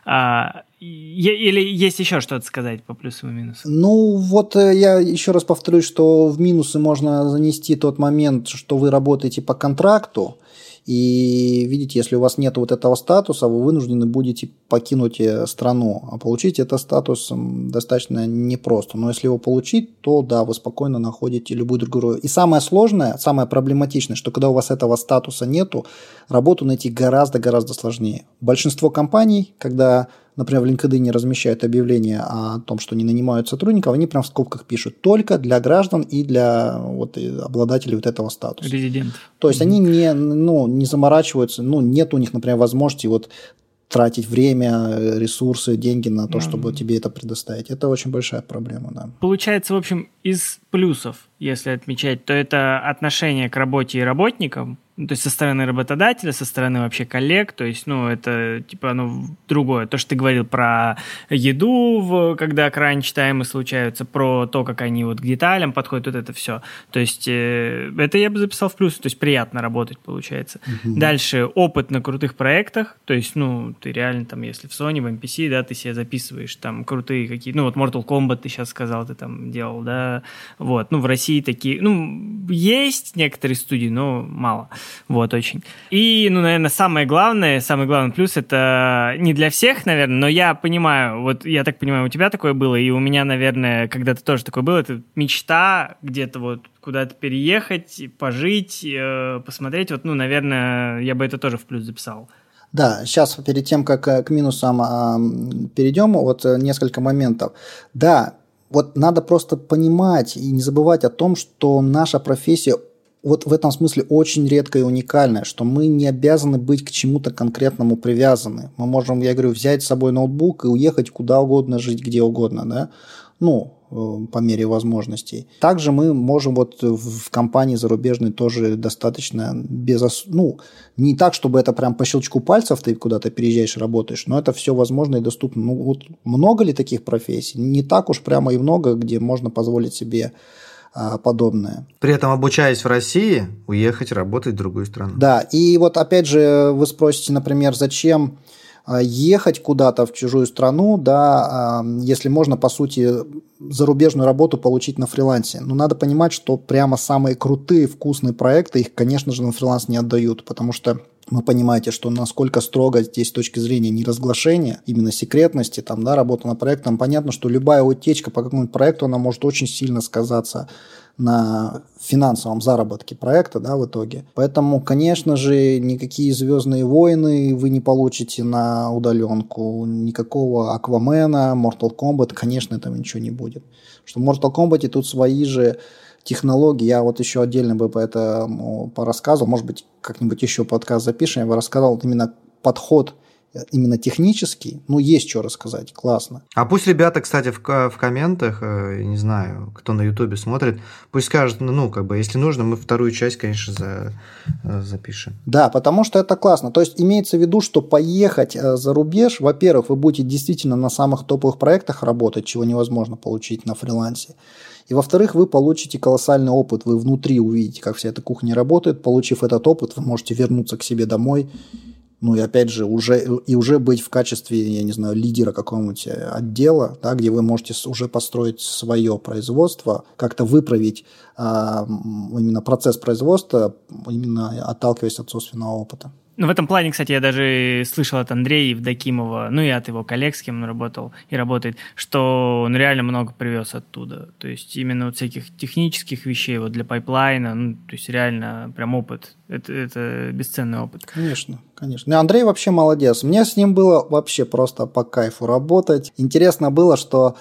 Или есть еще что-то сказать по плюсам и минусам? Я еще раз повторюсь, что в минусы можно занести тот момент, что вы работаете по контракту, и видите, если у вас нет вот этого статуса, вы вынуждены будете покинуть страну. А получить этот статус достаточно непросто. Но если его получить, то да, вы спокойно находите любую другую. И самое сложное, самое проблематичное, что когда у вас этого статуса нету, работу найти гораздо-гораздо сложнее. Большинство компаний, когда, например, в LinkedIn размещают объявление о том, что не нанимают сотрудников, они прям в скобках пишут только для граждан и для обладателей вот этого статуса. Резидентов. То есть они не заморачиваются, нет у них, например, возможности тратить время, ресурсы, деньги на то, чтобы тебе это предоставить. Это очень большая проблема, да. Получается, в общем, из плюсов, если отмечать, то это отношение к работе и работникам, Ну, то есть со стороны работодателя, со стороны вообще коллег, то есть, ну, это типа, ну, другое. То, что ты говорил про еду, когда кранч таймы случаются, про то, как они вот к деталям подходят, вот это все. То есть это я бы записал в плюс, то есть приятно работать, получается. Дальше опыт на крутых проектах, то есть, ну, ты реально там, если в Sony, в MPC, да, ты себе записываешь там крутые какие-то, ну, вот Mortal Kombat ты сейчас сказал, ты там делал, да, вот, ну, в России такие, ну, есть некоторые студии, но мало. Вот, очень. И, ну, наверное, самый главный плюс, это не для всех, наверное, но я понимаю, вот я так понимаю, у тебя такое было, и у меня, наверное, когда-то тоже такое было, это мечта где-то вот куда-то переехать, пожить, посмотреть, вот, ну, наверное, я бы это тоже в плюс записал. Да, сейчас перед тем, как к минусам перейдем, вот несколько моментов. Да, вот надо просто понимать и не забывать о том, что наша профессия вот в этом смысле очень редкая и уникальная, что мы не обязаны быть к чему-то конкретному привязаны. Мы можем, я говорю, взять с собой ноутбук и уехать куда угодно, жить где угодно, да, ну, по мере возможностей. Также мы можем вот в компании зарубежной тоже достаточно ну, не так, чтобы это прям по щелчку пальцев ты куда-то переезжаешь и работаешь, но это все возможно и доступно. Ну, вот много ли таких профессий? Не так уж прямо и много, где можно позволить себе подобное. При этом, обучаясь в России, уехать работать в другую страну. Да, и вот опять же вы спросите, например, зачем ехать куда-то в чужую страну, да, если можно, по сути, зарубежную работу получить на фрилансе. Но надо понимать, что прямо самые крутые, вкусные проекты, их, конечно же, на фриланс не отдают, потому что вы понимаете, что насколько строго здесь с точки зрения неразглашения, именно секретности, там, да, работа над проектом, понятно, что любая утечка по какому-нибудь проекту, она может очень сильно сказаться на финансовом заработке проекта, да, в итоге. Поэтому, конечно же, никакие «Звездные войны» вы не получите на удаленку, никакого «Аквамена», «Mortal Kombat», конечно, этого ничего не будет. Что в «Mortal Kombat» тут свои же технологии, я вот еще отдельно бы по этому порассказывал, может быть, как-нибудь еще подкаст запишем, я бы рассказал именно подход именно технический, ну, есть что рассказать, классно. А пусть ребята, кстати, в комментах, не знаю, кто на Ютубе смотрит, пусть скажут, ну, как бы, если нужно, мы вторую часть, конечно, запишем. Да, потому что это классно. То есть имеется в виду, что поехать за рубеж, во-первых, вы будете действительно на самых топовых проектах работать, чего невозможно получить на фрилансе. И, во-вторых, вы получите колоссальный опыт, вы внутри увидите, как вся эта кухня работает. Получив этот опыт, вы можете вернуться к себе домой, ну и опять же, уже быть в качестве, я не знаю, лидера какого-нибудь отдела, да, где вы можете уже построить свое производство, как-то выправить именно процесс производства, именно отталкиваясь от собственного опыта. Ну, в этом плане, кстати, я даже слышал от Андрея Евдокимова, ну и от его коллег, с кем он работал и работает, что он реально много привез оттуда. То есть именно вот всяких технических вещей вот для пайплайна, ну, то есть реально прям опыт. Это бесценный опыт. Конечно, конечно. И Андрей вообще молодец. Мне с ним было вообще просто по кайфу работать. Интересно было, что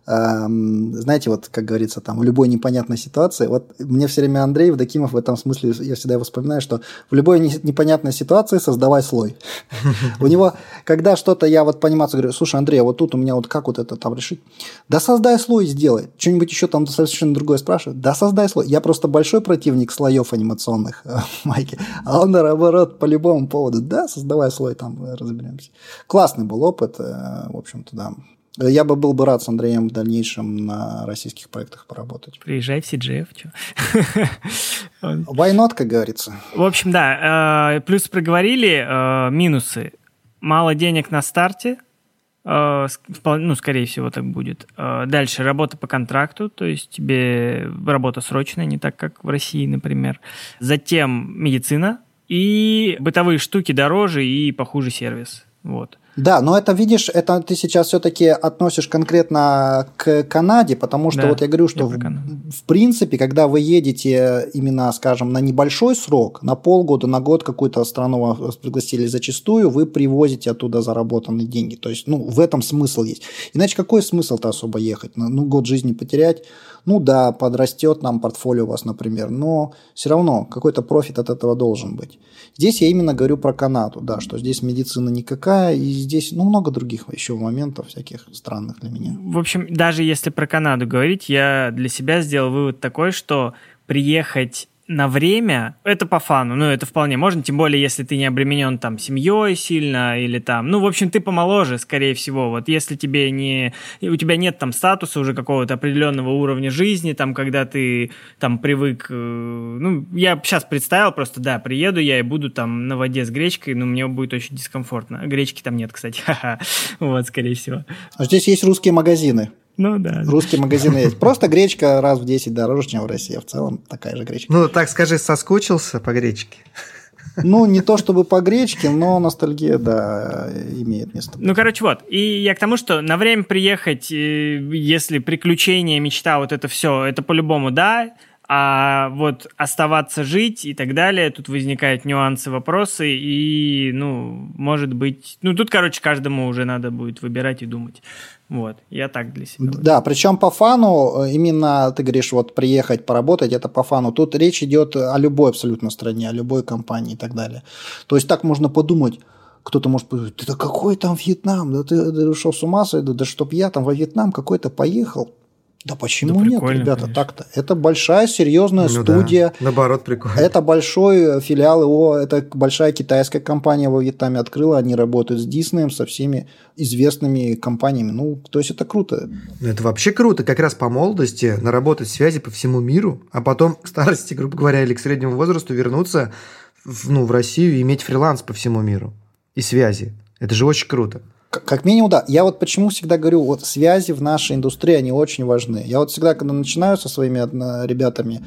знаете, вот, как говорится, там, в любой непонятной ситуации, вот мне все время Андрей Евдокимов в этом смысле, я всегда его вспоминаю, что в любой непонятной ситуации создавай слой. У него, когда что-то я вот понимаю, говорю, слушай, Андрей, а вот тут у меня вот как вот это там решить? Да создай слой и сделай. Что-нибудь еще там совершенно другое спрашивает? Да создай слой. Я просто большой противник слоев анимационных, Майки, а он, наоборот, по любому поводу, да, создавай слой, там разберемся. Классный был опыт, в общем-то, да. Я был бы рад с Андреем в дальнейшем на российских проектах поработать. Приезжай в CGF, что? Why not, как говорится. В общем, да, плюсы проговорили, минусы. Мало денег на старте, ну, скорее всего, так будет. Дальше работа по контракту, то есть тебе работа срочная, не так, как в России, например. Затем медицина и бытовые штуки дороже и похуже сервис. Вот. Да, но это, видишь, это ты сейчас все-таки относишь конкретно к Канаде, потому что, да, вот я говорю, что в принципе, когда вы едете именно, скажем, на небольшой срок, на полгода, на год какую-то страну вас пригласили зачастую, вы привозите оттуда заработанные деньги. То есть, ну, в этом смысл есть. Иначе какой смысл-то особо ехать? Ну, год жизни потерять? Ну да, подрастет нам портфолио у вас, например, но все равно какой-то профит от этого должен быть. Здесь я именно говорю про Канаду, да, что здесь медицина никакая, и здесь, ну, много других еще моментов всяких странных для меня. В общем, даже если про Канаду говорить, я для себя сделал вывод такой, что приехать на время это по фану, ну, это вполне можно, тем более, если ты не обременен там семьей сильно или там, ну, в общем, ты помоложе, скорее всего, вот если у тебя нет там статуса уже какого-то определенного уровня жизни, там, когда ты там привык, ну, я сейчас представил просто, да, приеду я и буду там на воде с гречкой, но мне будет очень дискомфортно. Гречки там нет, кстати, вот, скорее всего. А здесь есть русские магазины. Ну да. Русские магазины есть. Просто гречка раз в 10 дороже, чем в России. В целом такая же гречка. Ну, так скажи, соскучился по гречке? Ну, не то чтобы по гречке, но ностальгия, да, имеет место. Ну, короче, вот. И я к тому, что на время приехать, если приключения, мечта, вот это все, это по-любому да, а вот оставаться жить и так далее, тут возникают нюансы, вопросы, и, ну, может быть... Ну, тут, короче, каждому уже надо будет выбирать и думать. Вот, я так для себя. Да, причем по фану, именно ты говоришь, вот приехать, поработать, это по фану. Тут речь идет о любой абсолютно стране, о любой компании и так далее. То есть так можно подумать, кто-то может подумать, да какой там Вьетнам, да ты ушел с ума, да чтоб я там во Вьетнам какой-то поехал. Да почему нет, ребята, конечно. Так-то? Это большая, серьезная студия. Да. Наоборот, прикольно. Это большой филиал его, это большая китайская компания во Вьетнаме открыла, они работают с Диснеем, со всеми известными компаниями. Ну, то есть это круто. Это вообще круто, как раз по молодости наработать связи по всему миру, а потом к старости, грубо говоря, или к среднему возрасту вернуться в Россию и иметь фриланс по всему миру и связи. Это же очень круто. Как минимум, да. Я вот почему всегда говорю, вот связи в нашей индустрии, они очень важны. Я вот всегда, когда начинаю со своими ребятами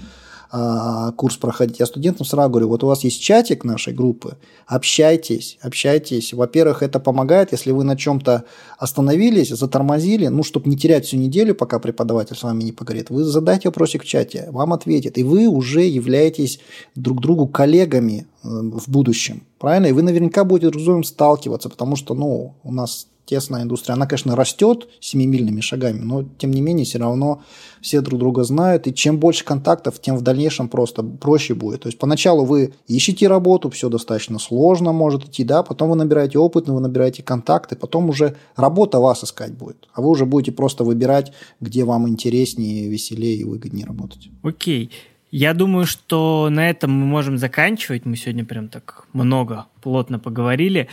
курс проходить, я студентам сразу говорю, вот у вас есть чатик нашей группы, общайтесь. Во-первых, это помогает, если вы на чем-то остановились, затормозили, ну, чтобы не терять всю неделю, пока преподаватель с вами не поговорит, вы задайте вопросик в чате, вам ответит, и вы уже являетесь друг другу коллегами в будущем, правильно? И вы наверняка будете друг с другом сталкиваться, потому что, ну, у нас тесная индустрия, она, конечно, растет семимильными шагами, но, тем не менее, все равно все друг друга знают, и чем больше контактов, тем в дальнейшем просто проще будет. То есть, поначалу вы ищете работу, все достаточно сложно может идти, да, потом вы набираете опыт, вы набираете контакты, потом уже работа вас искать будет, а вы уже будете просто выбирать, где вам интереснее, веселее и выгоднее работать. Окей. Я думаю, что на этом мы можем заканчивать. Мы сегодня прям так много, плотно поговорили.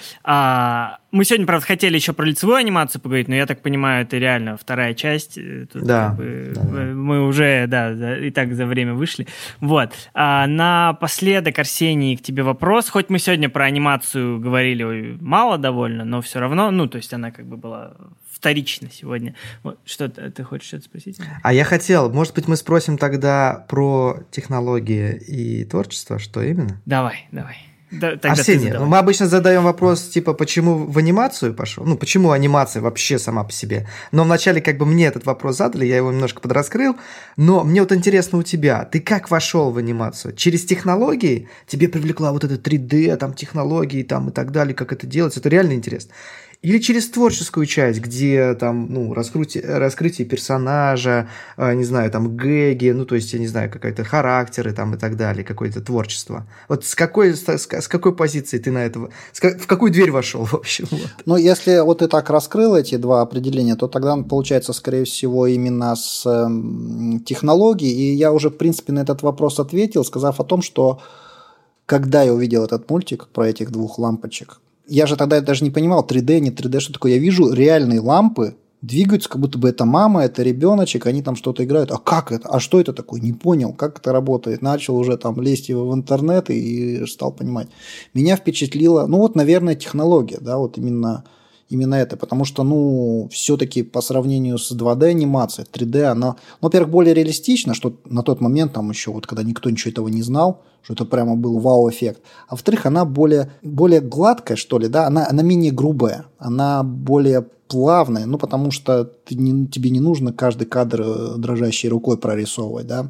Мы сегодня, правда, хотели еще про лицевую анимацию поговорить, но я так понимаю, это реально вторая часть. Тут да, как бы мы уже, и так за время вышли. Вот. Напоследок, Арсений, к тебе вопрос. Хоть мы сегодня про анимацию говорили мало довольно, но все равно, ну, то есть она как бы была вторично сегодня. Вот, что ты хочешь что-то спросить? А я хотел, может быть, мы спросим тогда про технологии и творчество, что именно? Давай. Арсений, мы обычно задаем вопрос, типа, почему в анимацию пошел? Ну, почему анимация вообще сама по себе? Но вначале как бы мне этот вопрос задали, я его немножко подраскрыл, но мне вот интересно у тебя, ты как вошел в анимацию? Через технологии? Тебе привлекла вот это 3D, там, технологии, там, и так далее, как это делается? Это реально интересно. Или через творческую часть, где там, ну, раскрытие персонажа, не знаю, там, гэги, ну, то есть, я не знаю, какие-то характеры там и так далее, какое-то творчество. Вот с какой позиции ты на это... В какую дверь вошел, в общем? Вот. Ну, если вот ты так раскрыл эти два определения, то тогда получается, скорее всего, именно с технологий. И я уже, в принципе, на этот вопрос ответил, сказав о том, что когда я увидел этот мультик про этих двух лампочек, я же тогда даже не понимал, 3D, не 3D, что такое. Я вижу реальные лампы, двигаются, как будто бы это мама, это ребеночек, они там что-то играют. А как это? А что это такое? Не понял, как это работает. Начал уже там лезть в интернет и стал понимать. Меня впечатлила, ну вот, наверное, технология, да, вот именно это, потому что, ну, все-таки по сравнению с 2D-анимацией, 3D, она, во-первых, более реалистична, что на тот момент, там еще, вот когда никто ничего этого не знал, что это прямо был вау-эффект. А во-вторых, она более гладкая, что ли, да, она менее грубая, она более плавная, ну, потому что тебе не нужно каждый кадр дрожащей рукой прорисовывать, да,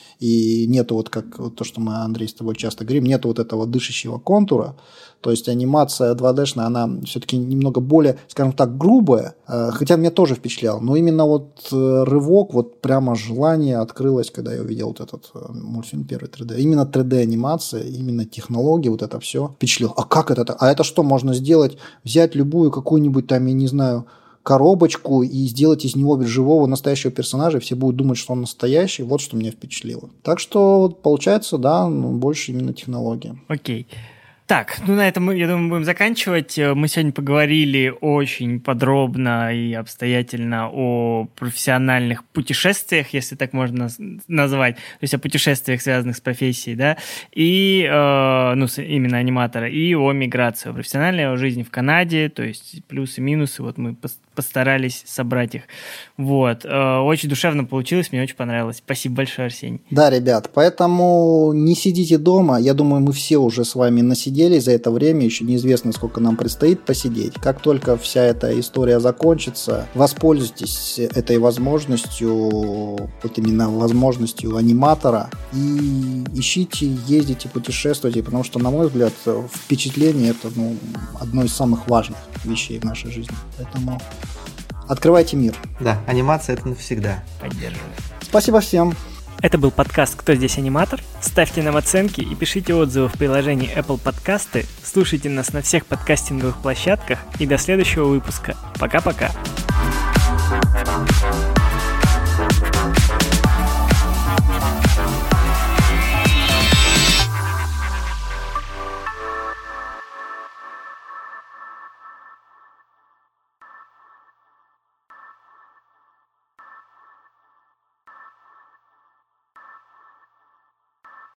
и нету вот как вот то, что мы, Андрей, с тобой часто говорим, нету вот этого дышащего контура, то есть анимация 2D-шная, она все-таки немного более, скажем так, грубая, хотя меня тоже впечатлял, но именно вот рывок, вот прямо желание открылось, когда я увидел вот этот мультфильм первый 3D. Именно 3D-анимация, именно технологии, вот это все впечатлило. А как это? А это что можно сделать? Взять любую какую-нибудь там, я не знаю, коробочку и сделать из него живого настоящего персонажа, и все будут думать, что он настоящий. Вот что меня впечатлило. Так что получается, да, больше именно технология. Окей. Так, на этом мы, я думаю, будем заканчивать. Мы сегодня поговорили очень подробно и обстоятельно о профессиональных путешествиях, если так можно назвать, то есть о путешествиях, связанных с профессией, да, и, именно аниматора, и о миграции, о профессиональной жизни в Канаде, то есть плюсы, минусы, вот мы постарались собрать их. Вот. Очень душевно получилось, мне очень понравилось. Спасибо большое, Арсений. Да, ребят, поэтому не сидите дома. Я думаю, мы все уже с вами насидели за это время. Еще неизвестно, сколько нам предстоит посидеть. Как только вся эта история закончится, воспользуйтесь этой возможностью, вот именно возможностью аниматора, и ищите, ездите, путешествуйте, потому что, на мой взгляд, впечатление – это одно из самых важных вещей в нашей жизни. Поэтому открывайте мир. Да, анимация – это навсегда. Поддерживаю. Спасибо всем. Это был подкаст «Кто здесь аниматор?». Ставьте нам оценки и пишите отзывы в приложении Apple Подкасты. Слушайте нас на всех подкастинговых площадках. И до следующего выпуска. Пока-пока.